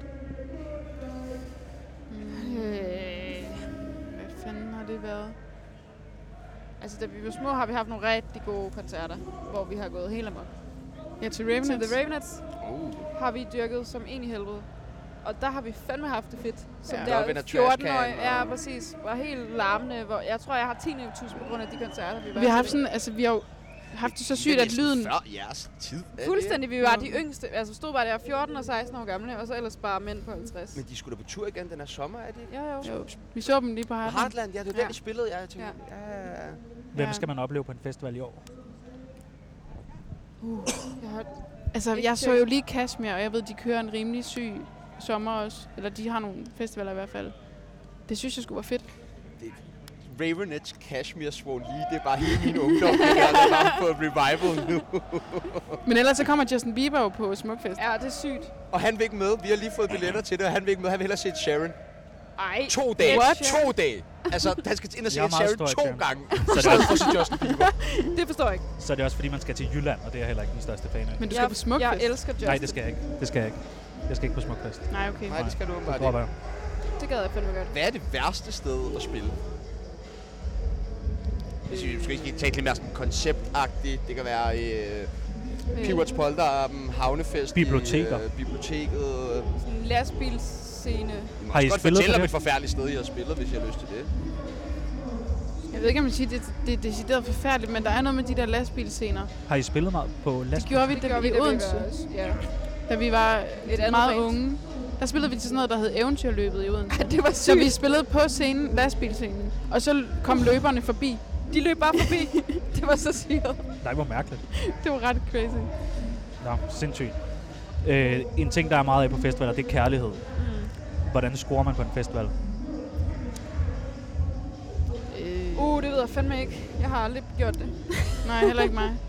Hvad fanden har det været? Altså, da vi var små, har vi haft nogle rigtig gode koncerter, hvor vi har gået helt amok. Ja, til Til Ravenets. The Ravenets har vi dyrket som en i helvede. Og der har vi fandme haft det fedt. Som Ja. Love in a der trash 14-årig. can, Ja, og- præcis. Var helt larmende. Hvor jeg tror, jeg har 10.000 på grund af de koncerter, vi var Vi har haft til. sådan, altså vi har jo haft det så sygt, at lyden... Før jeres tid. er det? Fuldstændig. Vi var de yngste. Altså stod bare der 14 og 16 år gamle, og så ellers bare mænd på 50. Men de skulle da på tur igen den her sommer, er det ikke? Jo. Jo, vi så dem lige på På Heartland. Heartland, ja, det var Ja. der, de spillede. Jeg tænkte, ja. Hvem Ja. skal man opleve på en festival i år? Jeg har Altså, Ikke jeg så til- jo lige Kashmir, og jeg ved, de kører en rimelig syg sommer også. Eller de har nogle festivaler i hvert fald. Det synes jeg skulle være fedt. Raven Edge Cashmere Swan Lee, det er bare hele min ungdom. Det er bare på revival nu. Men ellers så kommer Justin Bieber jo på Smukfest. Ja, det er sygt. Og han vil ikke med. Vi har lige fået billetter til det, og han vil ikke med. Han vil hellere se Sharon. Ej. 2 dage. What? 2 dage. Altså, han skal ind og se Jeg er meget Sharon stor 2 fan. gange. Så det Så er det for at se Justin Bieber. Det forstår jeg ikke. Så er det også fordi, man skal til Jylland, og det er jeg heller ikke den største fan af. Men du skal på Smukfest? Jeg elsker Justin. Nej, det skal jeg ikke. Det skal jeg ikke. Jeg skal ikke på Smukfest. Nej, okay. Nej, det skal du Det åbenbart dropper ikke. jeg. Det gad jeg fandme godt. Hvad er det værste sted at spille? Hvis vi måske ikke tale lidt mere sådan konceptagtigt. Det kan være Pivots Polterarben, Havnefest. Biblioteker. Biblioteket. Sådan en lastbilscene. I må Har I også godt spillet fortælle på om det? et forfærdeligt sted, I har spillet, hvis I har lyst til det. Jeg ved ikke, om jeg siger, det er decideret forfærdeligt, men der er noget med de der lastbilscener. Har I spillet meget på Det lastbil? gjorde vi, da vi i Odense, Ja. da vi var andet meget band. unge. Der spillede vi til sådan noget, der hed Eventyrløbet i Odense. Det var Så vi sygt. spillede på scenen, lastbilscenen, og så kom løberne forbi. De løb bare forbi. Det var så sygt. Nej, hvor mærkeligt. Det var ret crazy. Nå, sindssygt. En ting, der er meget af på festivaler, det er kærlighed. Hvordan scorer man på en festival? Det ved jeg fandme ikke. Jeg har aldrig gjort det. Nej, heller ikke mig.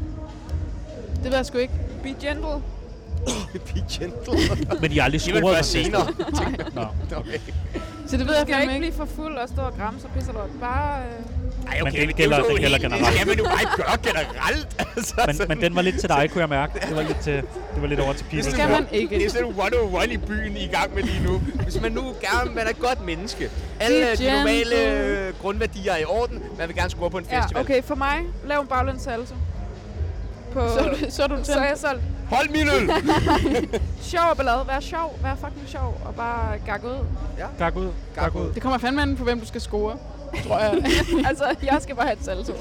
Det ved jeg sgu ikke. Be gentle. Be gentle. Men I har aldrig Det vil scoret være på en senere. festival? Nå. Okay. Så det ved Du jeg skal fandme ikke ikke. blive for fuld og stå og græmse og pisse lort. Bare... Ej, Men det er gælder- jo det gælder helt- generelt. Det skal man jo bare ikke gøre generelt. Altså, Men den var lidt til dig, kunne jeg mærke. Det var lidt over til Det Peter. skal man ikke. Det er sådan en 101 i byen i gang med lige nu. Hvis man nu gerne man er et godt menneske. Alle Be de normale gentle. grundværdier er i orden. Man vil gerne score på en Ja, festival. okay. For mig, lav en baglæns salsa. På... Så er du Så er jeg solgt. Hold min øl! Sjov og ballade. Vær sjov. Vær fucking sjov. Og bare gak ud. Gak ud. Gak ud. Det kommer fandme an på, hvem du skal score, tror jeg. Altså, jeg skal bare have et salto.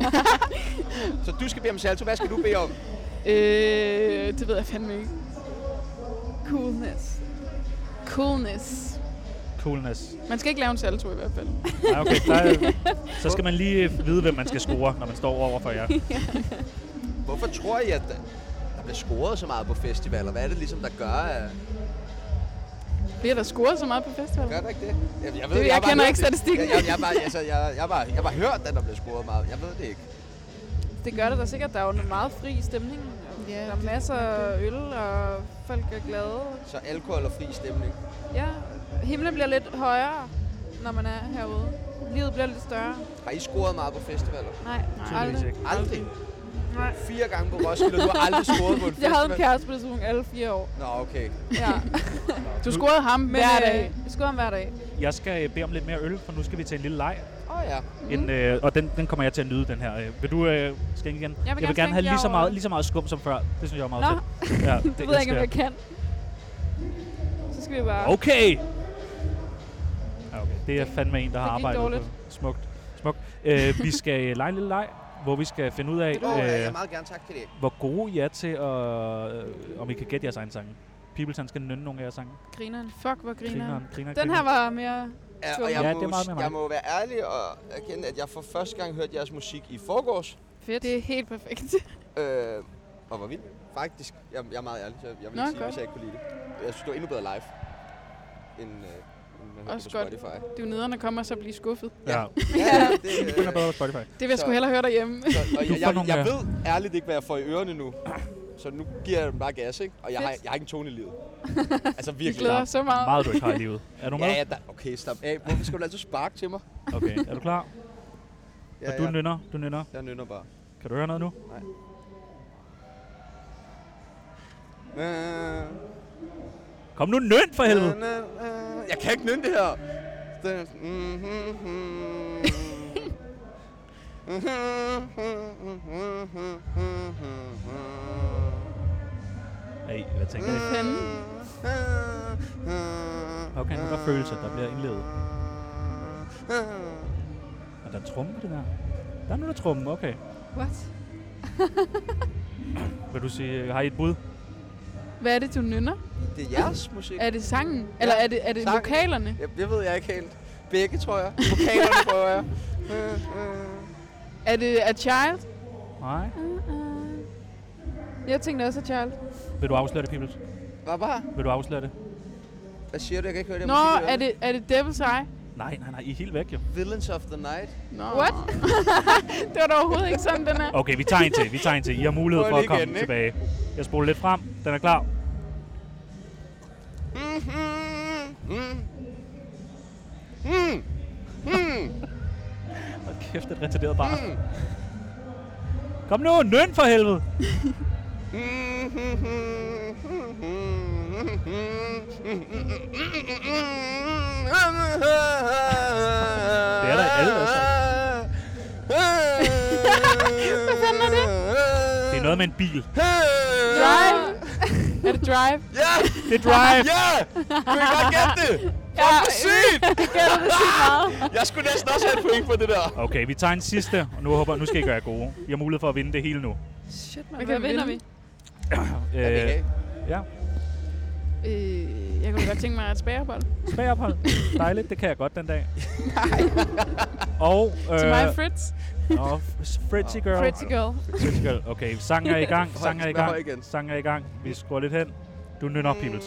Så du skal bede om salto. Hvad skal du bede om? Det ved jeg fandme ikke. Coolness. Coolness. Coolness. Man skal ikke lave en salto i hvert fald. Nej, okay. Så skal man lige vide, hvem man skal score, når man står over for jer. Hvorfor tror I, at der bliver scoret så meget på festivaler? Hvad er det ligesom, der gør, at... Bliver der scoret så meget på festivalen? Gør der ikke det? Jeg Det- jeg har bare kender hørt ikke det. statistikken. Jeg har bare hørt, at der bliver scoret meget. Jeg ved det ikke. Det gør det da sikkert. Der er jo en meget fri stemning. Og Ja, der er masser af øl, og folk er glade. Så alkohol og fri stemning. Ja, himlen bliver lidt højere, når man er herude. Livet bliver lidt større. Har I scoret meget på festivaler? Nej, Tydeligvis aldrig. ikke. Aldrig. Nej. 4 gange på Roskilde, og du har aldrig scoret på en festival? Jeg havde en kæreste på det tidspunkt alle 4 år. Nå, okay. Ja, Du scorede ham men hver dag. jeg skulle ham hver dag. Jeg skal bede om lidt mere øl, for nu skal vi til en lille leg. Ja. Og den kommer jeg til at nyde, den her. Vil du skænke igen? Jeg vil gerne skænke have jer lige så meget skum som før. Det synes jeg er meget Nå, fedt. Ja, det ved jeg ikke, om jeg kan. Så skal vi bare... Okay! Ja, okay. Det er fandme en, der har det gik arbejdet dårligt. på. Smukt. Vi skal lege en lille leg, hvor vi skal finde ud af, Jeg meget gerne tak til det. hvor gode I er til at... om I kan gætte jeres egen sange. Peoples, han skal nynne nogle af jeres sange. Grineren. Fuck, hvor griner. Den her var mere... Ja, og Ja, det er meget med mig. jeg må være ærlig og erkende, at jeg for første gang hørte jeres musik i forgårs. Fedt. Det er helt perfekt. Og var vildt. Faktisk. Jeg er meget ærlig, så jeg vil Nå, ikke sige, godt. hvis jeg ikke kunne lide det. Jeg synes, det var endnu bedre live, end man hørte Også på godt. Spotify. Det er jo nederen at komme og så blive skuffet. Ja. Ja, Det er bedre på Spotify. Det vil jeg sgu Så- hellere høre derhjemme. Så, og Du får nogle, jeg ved ærligt ikke, hvad jeg får i ørerne nu. Så nu giver jeg dem bare gas, ikke? Og jeg har ikke en tone i livet. Altså Vi virkelig. glæder os så meget. Meget, du ikke har i livet. Er du med? Ja, okay, stop af. Hvorfor skal du altid sparke til mig? Okay, er du klar? Ja, Og du nynner. Jeg nynner bare. Kan du høre noget nu? Kom nu, nyn for helvede! Jeg kan ikke nynne det her. Hey, hvad tænker I? Fanden. Okay, nu er der følelser, der bliver indlevet. Og der er tromme på det der. Der er nu der tromme, okay. What? Vil du sige, har I et bud? Hvad er det, du nynner? Det er jeres musik. Er det sangen? Eller er det sangen. vokalerne? Jeg ved jeg ikke helt. Begge, tror jeg. Vokalerne prøver jeg. Er det A Child? Nej. Jeg tænkte også, at Charles. Vil du afsløre det, Peoples? Hvad bare? Vil du afsløre det? Hvad siger du? Jeg kan ikke høre det. Nå, er det Devil's Eye? Nej, I er helt væk jo. Villains of the Night. Nå. What? Det var da overhovedet ikke sådan, den er. Okay, vi tager en til. I har mulighed Prøv for at lige komme igen, ikke? tilbage. Jeg spoler lidt frem. Den er klar. Hold kæft, det er retarderet bare. Kom nu, nøn for helvede. Det er der i alle deres sange. Hvad fanden er det? Det er noget med en bil. Drive? Er det Drive? Ja! Det er Drive. Ja! Du kan godt gætte det! Ja, Fuck, hvor sygt! Jeg gætter det sygt meget. Jeg skulle næsten også have et point på det der. Okay, vi tager en sidste, og nu skal I gøre gode. I har mulighed for at vinde det hele nu. Shit, man. Hvad Hvad kan vi vinder vinde? vi? Ja, Jeg kunne godt tænke mig et spærebold. spagophold. Dejligt, det kan jeg godt den dag. Og Til mig, Fritz. Fritzy Girl. Pretty girl. Fritzy Girl. Okay, sangen er i gang. Høj igen. Sangen er i gang. Vi skruer lidt hen. Du nynner op, Pibels.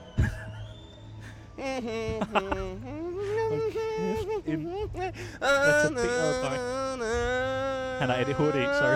En retarderet dreng. Han har ADHD, sorry.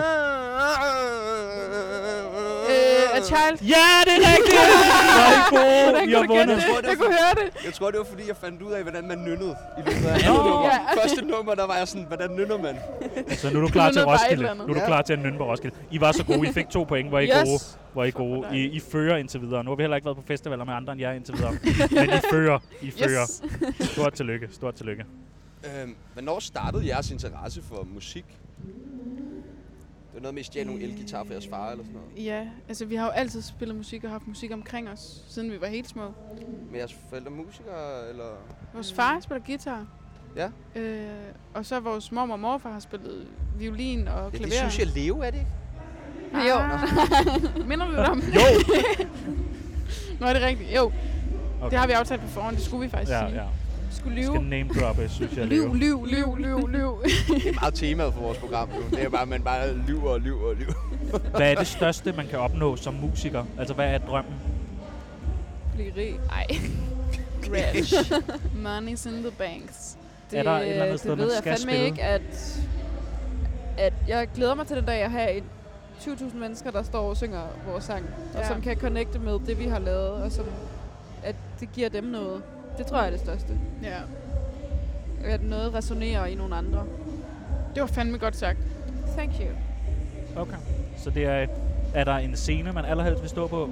A Child. Ja, det er rigtigt! Hvordan I har kunne du gætte vundet. det? Jeg kunne høre det. Jeg tror, det var fordi, jeg fandt ud af, hvordan man nynnede i løbet af Nå. andet nummer. Ja. Første nummer, der var jeg sådan, hvordan nynner man? Så nu er du klar til nynner bare et Roskilde. eller andet. Nu er du klar til at nynne på Roskilde. I var så gode. I fik 2 point. Hvor I Yes. gode. Hvor I gode. I fører indtil videre. Nu har vi heller ikke været på festivaler med andre end jer indtil videre. Men I fører. Yes. Stort tillykke. Stort tillykke. Hvornår startede jeres interesse for musik? Det var noget med, at I stjal nogle elgitar for jeres far eller sådan noget. Ja, altså vi har jo altid spillet musik og haft musik omkring os, siden vi var helt små. Med jeres forældre musikere, eller? Vores far spiller guitar. Ja. Og så vores mormor og morfar har spillet violin og Ja, klaver. det synes jeg, Leo er det ikke? Jo. Minder du det om? Jo! Nå, er det rigtigt? Jo. Okay. Det har vi aftalt på forhånd. Det skulle vi faktisk Ja, sige. ja. Skulle Vi lyve. skal name droppe, synes jeg. Lyv. Det er meget temaet for vores program nu. Det er bare, at man bare lyver og lyver og lyver. Hvad er det største, man kan opnå som musiker? Altså, hvad er drømmen? Blive rig. Ej. Rich. Money's in the banks. Er der et eller andet sted, det man ved jeg skal fandme spille? ikke, at jeg glæder mig til den dag at have 20.000 mennesker, der står og synger vores sang, og Ja. som kan connecte med det, vi har lavet, og som at det giver dem noget. Det tror jeg er det største. Ja. At noget resonerer i nogle andre. Det var fandme godt sagt. Thank you. Okay. Så det er der en scene, man allerhelst vil stå på?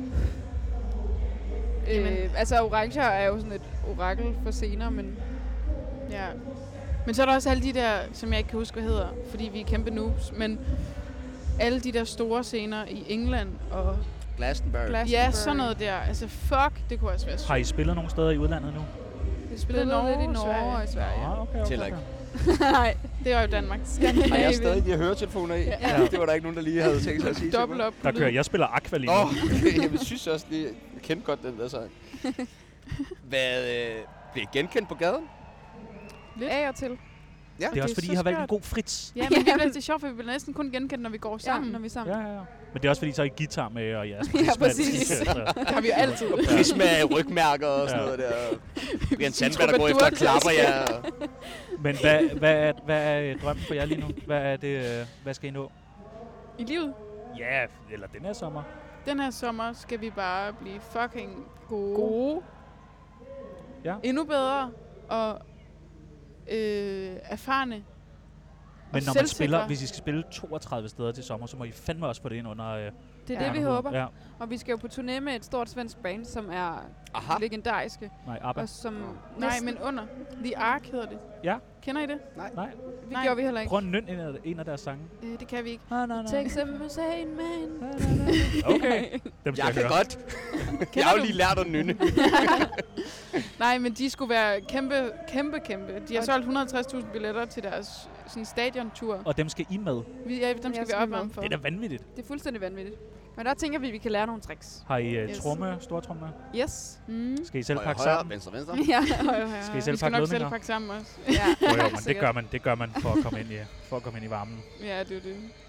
Altså Orange er jo sådan et orakel for scener, men Ja. Men så er der også alle de der, som jeg ikke kan huske, hvad hedder, fordi vi er kæmpe noobs, men alle de der store scener i England og Glastonbury. ja, sådan noget der. Altså fuck, det kunne også være Har I spillet nogle steder i udlandet nu? Vi spillede lidt i Norge Sverige. og i Sverige. Okay. Tæller ikke. Nej, Det var jo Danmark. Har jeg stadig de her høretelefoner i? Ja. Det var der ikke nogen, der lige havde tænkt sig at sige Dobbelt op. Der kører. Jeg spiller Aqua lige nu. Okay. Jeg synes også lige, jeg kendte godt den der sang. Hvad, bliver I genkendt på gaden? Lidt. af og til. Ja. Det er også det er fordi, så I har valgt en skørt. god Fritz. Ja, men det er sjovt, for vi bliver næsten kun genkendt, når vi går sammen. Når vi er sammen. Ja. Men det er også fordi, så er I guitar med, og jeres Ja, Prisma præcis. t-shirt, så- Det har vi jo altid. Prisma, rygmærker og sådan noget der. Brian Sandberg, der går efter og klapper jer. Men hvad er drømmen for jer lige nu? Hvad er det, hvad skal I nå? I livet. Ja, eller den her sommer. Den her sommer skal vi bare blive fucking gode. Ja. Endnu bedre og erfarne. Men når man selvsikre. spiller, hvis I skal spille 32 steder til sommer, så må I fandme også få det ind under... Det er Ja. det, vi håber. Ja. Og vi skal jo på turné med et stort svensk band, som er Aha. legendariske. Nej, ABBA. Og som Nej, næsten- men under. The Ark hedder det. Ja. Kender I det? Nej. det nej. gjorde vi heller ikke. Prøv at nynne en af deres sange. Det kan vi ikke. Take some Hussein, man. Okay. Dem skal Jeg kan høre. godt. Jeg har jo lige lært at nynne. Nej, men de skulle være kæmpe. De har Og- solgt 150.000 billetter til deres sådan stadion-tur. Og dem skal I med. Dem skal Ja, vi skal vi opvarme med. for. Det er da vanvittigt. Det er fuldstændig vanvittigt. Men der tænker vi, at vi kan lære nogle tricks. Har I Yes. tromme, store trommer? Yes. Mm. Skal I selv Højre, pakke højre, sammen? venstre, venstre. Ja. Skal I selv Vi skal pakke nok selv ledninger? pakke sammen også. Ja. Jo, men Sikkert. det gør man for at komme ind i varmen. Ja, det er det.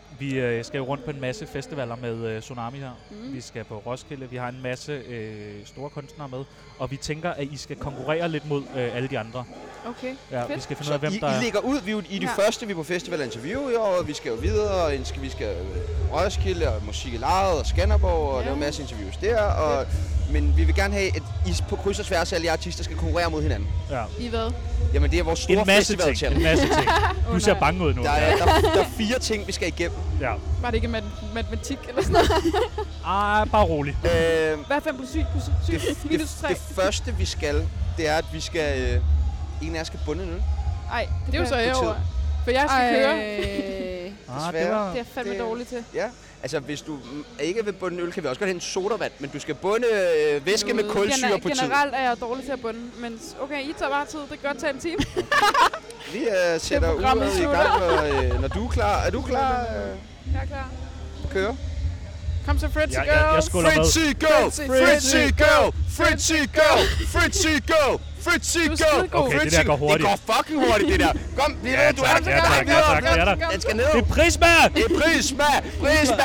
Vi skal jo rundt på en masse festivaler med Tsunami her. Vi skal på Roskilde. Vi har en masse store kunstnere med. Og vi tænker, at I skal konkurrere lidt mod alle de andre. Okay, Ja, fedt. vi skal finde ud Så af, hvem der I er. ligger ud, vi er jo i de første, vi er på festival interview i år, og vi skal jo videre, og vi skal Roskilde og Musik i Lejet og Skanderborg og lave en masse interviews der. Og, men vi vil gerne have, at I på kryds og tværs alle jer artister skal konkurrere mod hinanden. Ja. I hvad? Jamen det er vores store En masse ting. festival-challenge. En masse ting. Du ser bange ud nu. Der er 4 ting, vi skal igennem. Ja. Var det ikke matematik eller sådan noget? Bare rolig. Hvad er 5 plus 7 plus 7 minus 3? Det første, vi skal, det er, at vi skal... en af jer skal bunde en øl. Ej, Det er jo så På tid. herovre. For jeg skal køre. Det var... Det er fandme dårligt til. Ja, altså hvis du ikke vil bunde en øl, kan vi også godt hente sodavand, men du skal bunde væske med kulsyre på tid. Generelt er jeg dårlig til at bunde, men okay, I tager bare tid. Det kan godt tage en time. Vi sætter programmet uret i slutter. gang, når du er klar. Er du klar? Jeg er klar. Køre. Kom så, Fritzy, go! Jeg skulder med. Fritzy, go! Fritzy, go! Fritzy, go! Fritzy, go! Fritzy, Du er skidegod. Okay, det der går hurtigt. Det går fucking hurtigt, det der. Kom, det er du er der. Den skal ned. Det er Prisma! Det er Prisma! Prisma!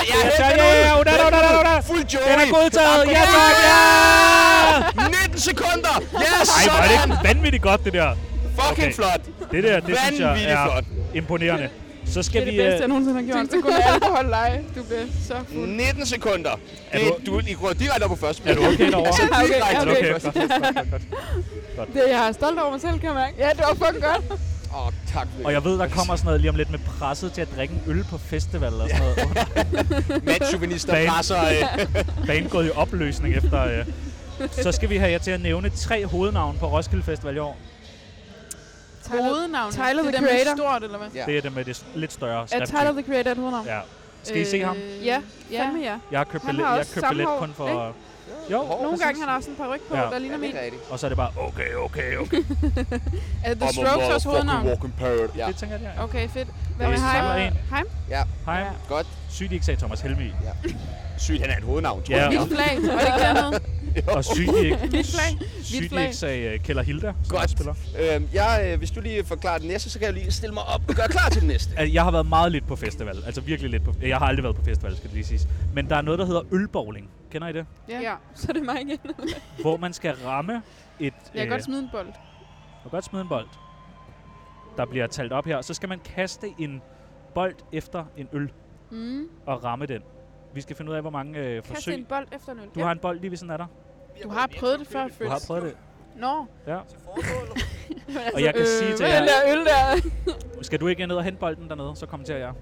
Fuld Joey! Den er godtaget! Ja tak! Ja! 19 sekunder! Yes, Ej, var det ikke vanvittigt godt, det der? Fucking flot! Det der, det synes jeg Vanvittigt er flot. imponerende. Så Det skal er det vi... bedste, jeg nogensinde har gjort. Tænk, så kunne alkoholleje. Du bliver så fuld. 19 sekunder. I går direkte op på første. Er du okay derovre? Altså, direkte Er op du på okay? første. Godt. Det, jeg er stolt over mig selv, kan jeg mærke. Ja, det var fucking godt. Tak for det. Og jeg ved, der kommer sådan noget lige om lidt med presset til at drikke en øl på festival og sådan noget. Matchuvenister presser. Banen gået i opløsning efter... Så skal vi have jer til at nævne 3 hovednavne på Roskilde Festival i år. Hovednavnet. Tyler, det er the dem med Creator. stort, eller hvad? Ja. Det er det med det lidt større Er skrifttype. Tyler, the Creator et hovednavn? Ja. Skal I se ham? Ja, fandme ja. Jeg har købt Han billet, har jeg også købte samme billet hår, kun for... ikke? Jo, Nogle præcis. gange han har sådan en paryk på, Ja. der ligner min. Og så er det bare, okay. Er The Strokes også hovednavn? Ja. Det tænker jeg, ja. Okay, fedt. Hvad Det med er Heim? en. Heim? Ja, Hej. godt. Sygt, de ikke sagde Thomas Helmig. Sygt, han er et hovednavn, tror Ja. jeg. Hvidt flag. Var det ikke andet? Og sygt, de ikke, Hvidt flag. sygt, de flag. ikke sagde Keller Hilda, som Godt. også spiller. Hvis du lige forklarer den næste, så kan jeg lige stille mig op og gøre klar til den næste. Altså, jeg har været meget lidt på festival. Altså virkelig lidt på... Jeg har aldrig været på festival, skal det lige siges. Men der er noget, der hedder ølbowling. Kender I det? Ja, så er det mig igen. Hvor man skal ramme et... Jeg kan godt smide en bold. Du kan godt smide en bold. Der bliver talt op her. Så skal man kaste en bold efter en øl og ramme den. Vi skal finde ud af, hvor mange Kaste forsøg... en bold efter en øl. Du har en bold lige ved sådan af dig. Du har prøvet det før, Du Fritz. har prøvet det. Nå. Ja. Og jeg kan sige til Den jer... der øl der. Skal du ikke ned og hente bolden dernede, så kommenterer jeg.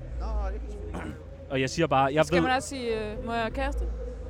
Og jeg siger bare, jeg Skal ved... man også sige, må jeg kaste?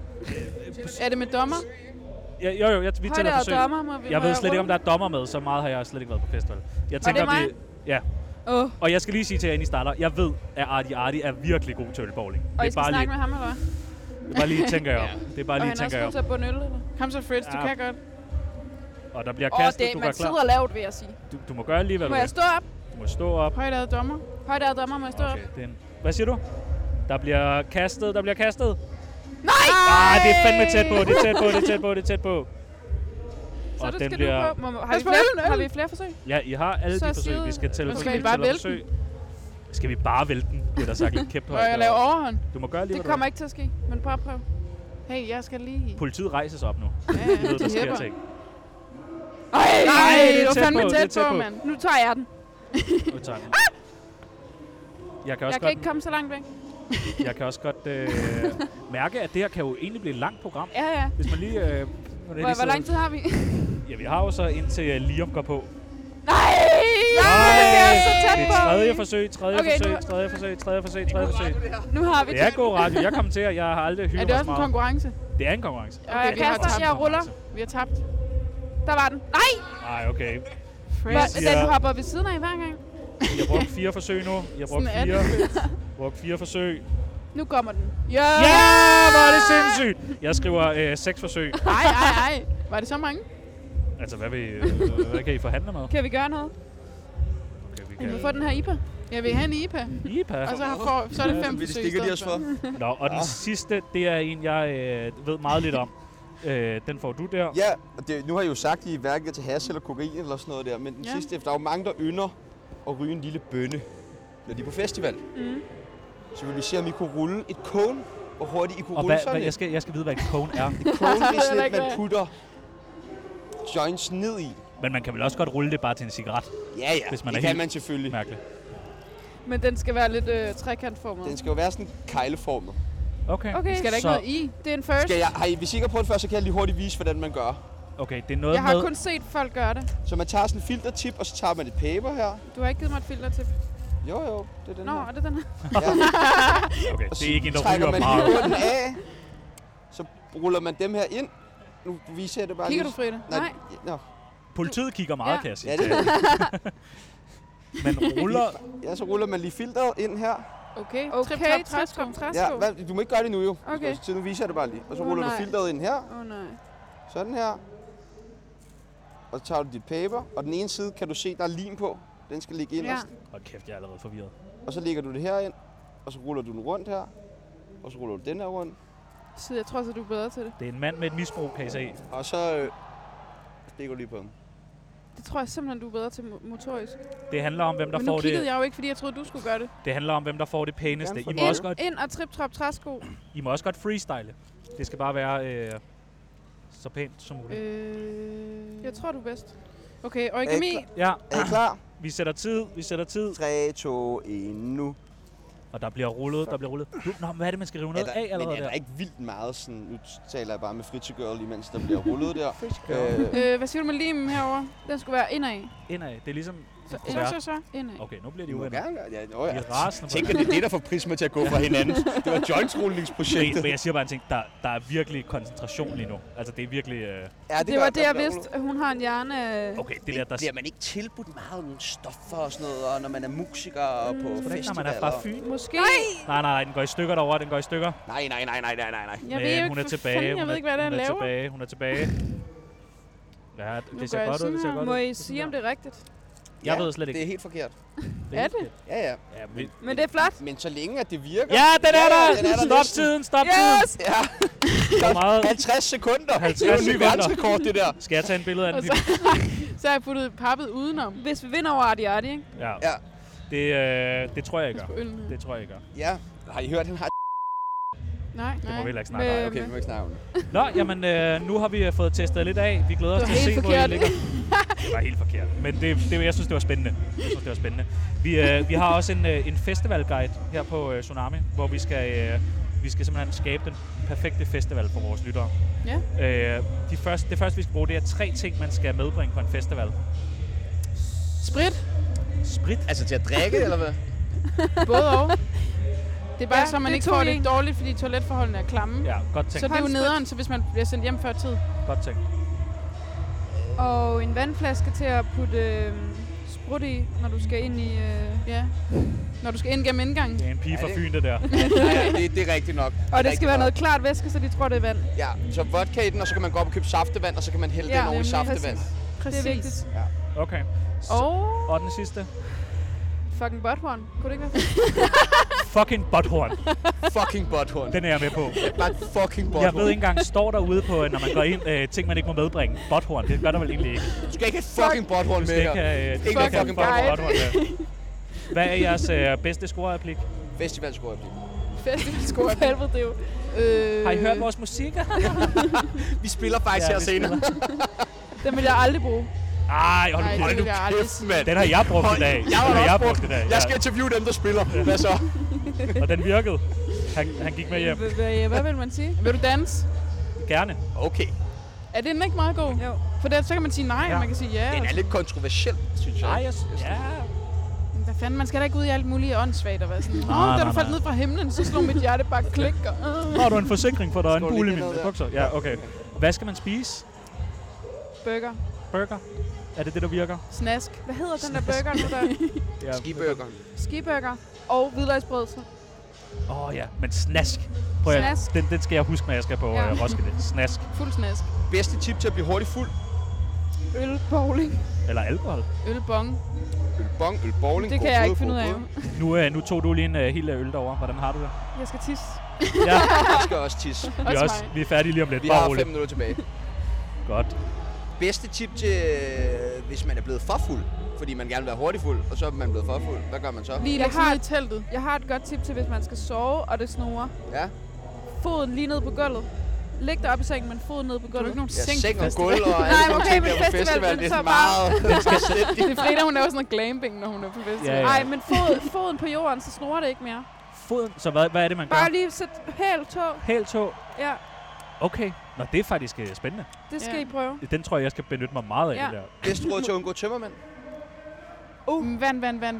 Er det med dommer? Ja, jo, vi tæller Højde og forsøg. dommer, må vi... Jeg ved slet ikke, om der er dommer med. Så meget har jeg slet ikke været på festival. Jeg det mig? Ja. Åh. Og jeg skal lige sige til jer, inden I starter, jeg ved, at Arti er virkelig god til ølbowling. Og I skal snakke lige, med ham, eller hvad? det er bare lige, tænker jeg om. Det er bare Og lige, han er tænker også jeg god om. til at bunde øl, eller? Kom så, Fritz. Du Ja. kan godt. Og der bliver kastet, du gør man klar. sidder lavt, vil jeg sige. Du må gøre lige, hvad Må du jeg vil. stå op? Du må stå op. Højt dommer. Højde og dommer, må jeg stå op? Okay, det er en... Hvad siger du? Der bliver kastet. Nej! Det er fandme tæt på. Det er tæt på. Så Og det den skal bliver... du på. Har vi flere forsøg? Ja, I har alle Så de forsøg, siger- vi skal tælle. Men Vi skal I bare tæller vælte forsøg. Skal vi bare vælte den? Bliver der sagt lidt kæpt Må jeg lave overhånd? Du må gøre lige, Det hvad du kommer ikke til at ske, men prøv at prøve. Hey, jeg skal lige... Politiet rejser sig op nu. Ja, I ved, der de sker hæpper. ting. Ej, Nej, det er det var tæt fandme på, det er tæt tæt på, på. mand. nu tager jeg den. Nu tager den. Jeg kan også Jeg kan godt, ikke komme så langt væk. jeg kan også godt mærke, at det her kan jo egentlig blive et langt program. Ja. Hvis man lige... Hvor lang tid har vi? Ja, vi har jo så indtil Liam går på. Nej! Det er så tæt Det på. er tredje forsøg. Okay, Nu har vi Det er god radio. Jeg kommenterer. Jeg har aldrig Er hygget det mig også så en meget. konkurrence? Det er en konkurrence. Og jeg vi har kaster, tabt jeg ruller. Vi har tabt. Der var den. Nej! Nej, okay. Fritz. Ja. Den hopper ved siden af hver gang. Jeg har brugt 4 forsøg nu. Jeg har brugt Sådan er 4. det. Brugt 4 forsøg. Nu kommer den. Ja! Ja, hvor er det sindssygt. Jeg skriver 6 forsøg. Ej. Var det så mange? Altså, hvad kan I forhandle med? Kan vi gøre noget? Okay, vi Kan vi kan... få den her IPA? Jeg vil have en IPA. IPA. Og så er det 5 Det forsøg i stikker de stedet os for. for. Nå, og den sidste, det er en, jeg ved meget lidt om. Den får du der. Ja, og nu har I jo sagt, at I hverken er til hash eller kokain eller sådan noget der, men den sidste, der er jo mange, der ynder at ryge en lille bønne, når de er på festival. Så vil vi se, om I kunne rulle et cone. Hvor hurtigt I kunne rulle sådan et. Jeg skal vide, hvad et cone er. Et cone, det er sådan et, man putter joints ned i. Men man kan vel også godt rulle det bare til en cigaret? Ja, hvis man det er kan helt man selvfølgelig. Mærkeligt. Men den skal være lidt trekantformet. Den skal jo være sådan kegleformet. Okay. Skal der ikke noget i? Det er en first. Har I sikker på det først, så kan jeg lige hurtigt vise, hvordan man gør. Okay, det er noget Jeg har med... kun set folk gøre det. Så man tager sådan en filtertip, og så tager man et paper her. Du har ikke givet mig et filtertip. Jo, det er den Nå, her. er det den her? Ja. Okay, Og det er ikke en, der trækker ryger man meget. lige bunden af, så ruller man dem her ind. Nu viser jeg det bare Kigger lige. du, Frida? Nej. Nå. Politiet kigger meget, Ja. kan jeg sige. Ja, det er Men ruller... Ja, så ruller man lige filteret ind her. Okay. Okay, Trip, træsko. Ja, du må ikke gøre det nu jo. Okay. Så nu viser jeg det bare lige. Og så Åh, ruller du nej. filteret ind her. Nej. Sådan her. Og så tager du dit paper. Og den ene side kan du se, der er lim på. Den skal ligge ind. Ja. Hold kæft, jeg er allerede forvirret. Og så lægger du det her ind. Og så ruller du den rundt her. Og så ruller du den her rundt. Så jeg tror så, du er bedre til det. Det er en mand med et misbrug, kan I se. Og så stikker du lige på dem. Det tror jeg simpelthen, du er bedre til motorisk. Det handler om, hvem der Men nu får kiggede det... jeg jo ikke, fordi jeg troede, du skulle gøre det. Det handler om, hvem der får det pæneste. Gerne I for må, også godt, Ind og trip-trap træsko. I må også godt freestyle. Det skal bare være så pænt som muligt. Jeg tror, du er bedst. Okay, origami. Ja, Er I klar? vi sætter tid. 3, 2, 1, nu. Og der bliver rullet. Nå, men hvad er det, man skal rive noget af Men allerede er der der? ikke vildt meget sådan... Nu taler jeg bare med Fritzy Girl, imens der bliver rullet der. Hvad siger du med limen herover? Den skulle være indad. Indad. Det er ligesom... Så. Indad. Okay, nu bliver de Du må uvenner. gerne gøre det. De er rasende på Tænker, det er det, der får Prisma til at gå fra hinanden. Det var joints-rulningsprojektet. Men jeg siger bare en ting. Der er virkelig koncentration lige nu. Altså, det er virkelig... Ja, Det var det, jeg vidste. Hun har en hjerne... Okay, det der... Bliver man ikke tilbudt meget nogle stoffer og sådan noget, og når man er musiker og på Når festivaler? man er fra Fyn. Måske. Nej, den går i stykker derovre. Den går i stykker. Nej. Jeg ved jo hun er ikke, tilbage. jeg ved ikke, hvad det er, han laver. Hun er tilbage. Ja, Nu det gør ser jeg godt ud. sådan Det ser her. godt Må ud. I sige, om det er rigtigt? Jeg ved slet ikke. Det er helt forkert. Er det? Ja. Ja, Men det er flot. Men så længe, at det virker... ja, den er der! den er der Stop næsten. tiden, stop Yes! tiden! Ja, Hvor meget? 50 sekunder. 50 det er jo en ny sekunder. verdensrekord, det der. Skal jeg tage en billede af den? Og så har jeg puttet pappet udenom. Hvis vi vinder over Arti Arti, ikke? Ja. Ja. Det tror jeg, jeg gør. På øllen her. Det tror jeg, jeg gør. Ja. Har I hørt, han har... Nej. Det må vi heller ikke snakke om. Okay, vi må ikke snakke om det. Nå, jamen, nu har vi fået testet lidt af. Vi glæder os Det til var at se, helt hvor det forkert. ligger. Det var helt forkert. Men jeg synes, det var spændende. Vi har også en festivalguide her på Tsunami, hvor vi skal simpelthen skabe den perfekte festival for vores lyttere. Ja. Det første, vi skal bruge, det er 3 ting, man skal medbringe på en festival. Sprit. Sprit. Altså til at drikke, eller hvad? Både og. Det er bare så, man det er ikke 2 får i det en. dårligt, fordi toiletforholdene er klamme. Ja, godt Så tænkt. det er jo Håndsprit. nederen, så hvis man bliver sendt hjem før tid. Godt tænkt. Og en vandflaske til at putte sprut i, når du skal ind i... Ja. Når du skal ind gennem indgangen. Det er en pige fra det- Fyn, det der. Ja, det er rigtigt nok. Og det skal være noget klart væske, så de tror, det er vand. Ja, så vodka i den, og så kan man gå op og købe saftevand, og så kan man hælde Ja, den over i nemlig. saftevand. Præcis. Det er vigtigt. Okay. Og den sidste. Fucking butthorn. Kunne det ikke være? Fucking butthorn. Fucking butthorn. Den er jeg med på. Bare et fucking butthorn. Jeg ved ikke engang, står derude på, når man går ind, ting man ikke må medbringe. Butthorn, det gør der vel egentlig ikke. Du skal ikke have fucking butthorn Du med skal ikke her. have, Ikke have fucking guide. butthorn med. Hvad er jeres bedste score-replik? Festivalskorreplik. Festivalscore. For helvede, det er jo... Har I hørt vores musik? Vi spiller faktisk her vi senere. Den vil jeg aldrig bruge. Ej, hold Nej, nu det kæft. vil jeg aldrig Kæft, sige. mand. Den har jeg brugt i dag. Jeg skal interviewe dem, der spiller. Hvad så? Og den virkede. Han gik med hjem. Hvad vil man sige? Vil du danse? Gerne. Okay. Er den ikke meget god? Jo. For det, så kan man sige nej, Ja. og man kan sige ja. Den er lidt kontroversiel, synes jeg. Nej, ja. Hvad fanden, man skal da ikke ud i alt muligt åndssvagt og være sådan, Nej, da nej, du faldt nej. ned fra himlen, så slog mit hjerte bare klik. Har du en forsikring for, der er en Skal du bule i ligge mine ned der? bukser? Ja, okay. Hvad skal man spise? Burger. Burger? Er det det, der virker? Snask. Hvad hedder den der burger nu der? Ja. Skiburger. Skiburger. Og hvidløgsbrød. Ja, men snask. Prøv at, Snask. den skal jeg huske, når jeg skal på Ja. Roskilde. Snask. Fuld snask. Bedste tip til at blive hurtigt fuld. Øl, bowling. Eller alkohol. Ølbong. Ølbong, ølbowling. Det kan jeg ikke finde ud af. Jo. Nu tog du lige en hel øl derovre. Hvordan har du det? Jeg skal tisse. Ja, Jeg skal også tisse. vi er, Også mig. vi er færdige lige om lidt. Vi Bare har roligt. 5 minutter tilbage. Godt. bedste tip til, hvis man er blevet for fuld? Fordi man gerne vil være hurtigt fuld, og så er man blevet for fuld. Hvad gør man så? Lige lægge sig ned i teltet. Jeg har et godt tip til, hvis man skal sove, og det snurrer. Ja. Foden lige ned på gulvet. Læg dig op i sengen, men foden ned på Du har gulvet. ikke nogen Ja, seng seng på og festival. gulv og alle Nej, de okay, ting men der på festival, festival. men Det så er meget... Det er Frida, hun laver sådan noget glamping, når hun er på festival. Ja, ja. Nej, men foden på jorden, så snorer det ikke mere. Foden. Så hvad er det, man gør? Bare lige sæt hæl tå. Hæl tå. Ja, Okay. Nå, det er faktisk spændende. det skal Ja. I prøve. Den tror jeg skal benytte mig meget af, Ja. det der. Bedste råd til at undgå tømmermænd? Vand.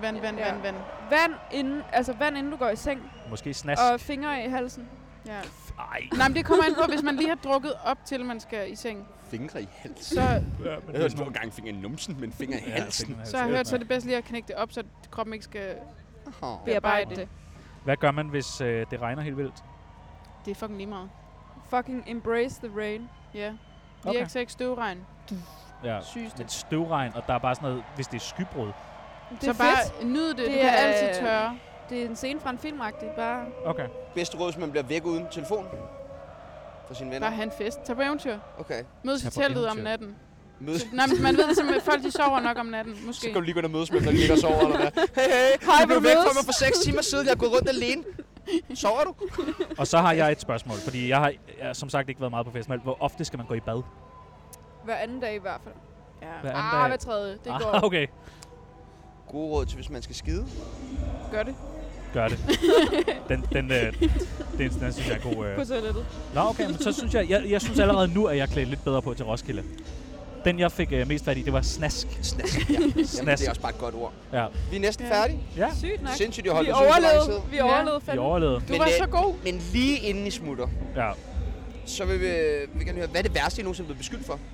Vand inden du går i seng, Måske snask. og fingre i halsen. Ja. Ej. Nej, men det kommer ind på, hvis man lige har drukket op til, man skal i seng. Fingre i halsen. Så, Ja, Jeg har hørt nogle gange fingre i numsen, men fingre i halsen. så har jeg hørt, så er det bedst lige at knække det op, så kroppen ikke skal Bearbejde det. Hvad gør man, hvis det regner helt vildt? Det er fucking lige meget. Fucking embrace the rain. Ja. Vi Okay. er ikke støvregn. Ja. Sygeste. Men støvregn, og der er bare sådan noget, hvis det er skybrud. Det Så er bare fedt. nyd det. Det Du kan er- altid tørre. Det er en scene fra en filmagtig. Bare Okay. Bedste råd, hvis man bliver væk uden telefon? For sine venner? Bare have en fest. Tag på eventyr. Okay. Mødes i Tag på teltet om eventyr. natten. Mødes. Nej, men man ved det simpelthen, folk de sover nok om natten. Så Måske. kan du lige gå ind og mødes med dem, der ligger og sover, eller hvad? Hey, Hej, du blev vi væk mødes. fra mig for 6 timer siden. Jeg er gået rundt alene. Sover du? Og så har jeg et spørgsmål, fordi jeg har som sagt ikke været meget på festival. Hvor ofte skal man gå i bad? hver anden dag i hvert fald. Hver Ja. anden dag? Hver tredje. Det går. Okay. Gode råd til, hvis man skal skide. Gør det. Gør det. Den synes jeg er god. På toilettet. Nå, okay, men så synes jeg synes allerede nu, at jeg er klædt lidt bedre på til Roskilde. Den, jeg fik mest fat i, det var snask. Snask. Ja. Jamen, det Snask. er også bare et godt ord. Ja. Vi er næsten Ja. færdige. Ja, Sygt nok. Sindssygt, jeg holdt Vi det så lang tid. overlevede. Vi Ja. overlevede vi fandme. overlevede. Du var så god. Men lige inden I smutter, Ja. så vil vi gerne høre, hvad er det værste, I nogensinde er blevet beskyldt for?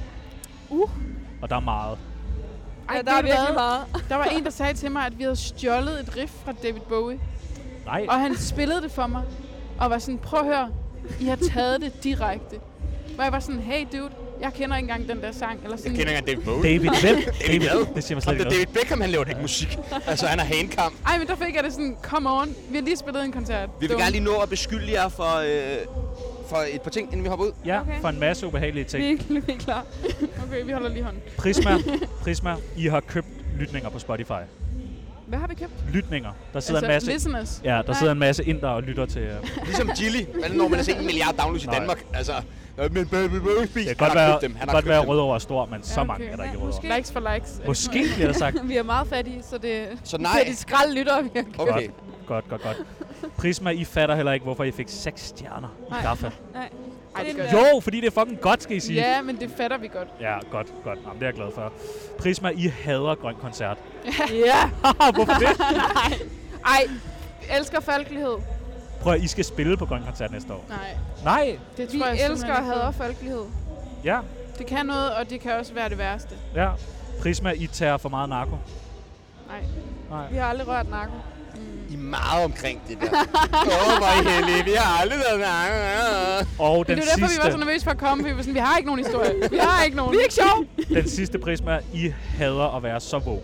Og der er meget. Ej, Ej, der er ved du virkelig hvad? meget. Der var en, der sagde til mig, at vi havde stjålet et riff fra David Bowie. Nej. Og han spillede det for mig. Og var sådan, prøv at høre. I har taget det direkte. Hvor jeg var sådan, hey dude, jeg kender ikke engang den der sang. Eller sådan. Jeg kender ikke engang David Bowie. David hvem? David hvad? Det siger mig Ham slet der ikke noget. David Beckham, han laver da ikke musik. Altså, han har handkamp. Ej, men der fik jeg det sådan, come on. Vi har lige spillet en koncert. Vi vil gerne lige nå at beskylde jer for et par ting, inden vi hopper ud. Ja, Okay. for en masse ubehagelige ting. Vi er klar. Okay, vi holder lige hånden. Prisma, I har købt lytninger på Spotify. Hvad har vi købt? Lytninger. Der sidder en masse... listeners. Ja, der sidder en masse inder og lytter til... Ligesom Gilly. Hvad når man har set 1 milliard downloads i Nej. Danmark? Altså, men Baby Bowie Beast. Det kan godt være, Rødovre er stor, men så Ja, okay. mange er der ikke i Ja, Rødovre. måske. Likes for likes. Måske bliver der sagt. Vi er meget fattige, så det Så det nej. er de skraldlyttere, vi har købt. Okay. Godt. Prisma, I fatter heller ikke, hvorfor I fik 6 stjerner i Nej. kaffe. Nej. Ej, det gør er- jeg. Jo, fordi det er fucking godt, skal I sige. Ja, men det fatter vi godt. Ja, godt. Jamen, det er jeg glad for. Prisma, I hader grøn koncert. Ja. Hvorfor det? Ej, elsker folkelighed. Prøv at I skal spille på grøn koncert næste år. Nej, Nej. det Vi tror jeg simpelthen elsker og ikke på. hader folkelighed. Ja. Det kan noget, og det kan også være det værste. Ja. Prisma, I tager for meget narko. Nej. Vi har aldrig rørt narko. I er meget omkring det der. Hvor er I heldige. Vi har aldrig været Og Men den det er derfor, vi var så sidste, nervøse for at komme, fordi vi var sådan, vi har ikke nogen historie. Vi har ikke nogen. Vi er ikke sjov. den sidste Prisma, I hader at være så woke.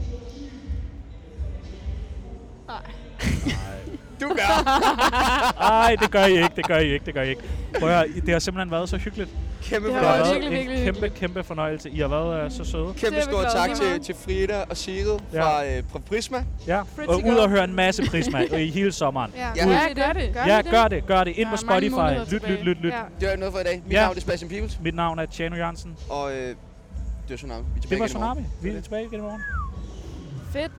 Nej. Du gør. Ej, det gør I ikke. Prøv at høre, det har simpelthen været så hyggeligt. Kæmpe Det har Det har været fornøjelse. været virkelig, en virkelig kæmpe fornøjelse. I har været så søde. Kæmpe Det er vi stor glade tak for. til Frida og Sigrid Ja. fra Prisma. Ja, Pretty og ud girl. og høre en masse Prisma i hele sommeren. Ja. Ja, gør det. Ja, gør det. Ind Der på er mange Spotify. muligheder Lyt. Ja. Det var noget for i dag. Mit Ja. navn er Sebastian Peoples. Mit navn er Tjano Jørgensen. Og det var Tsunami. Vi er tilbage Det var igen i morgen. Tsunami. Vi er tilbage igen i morgen.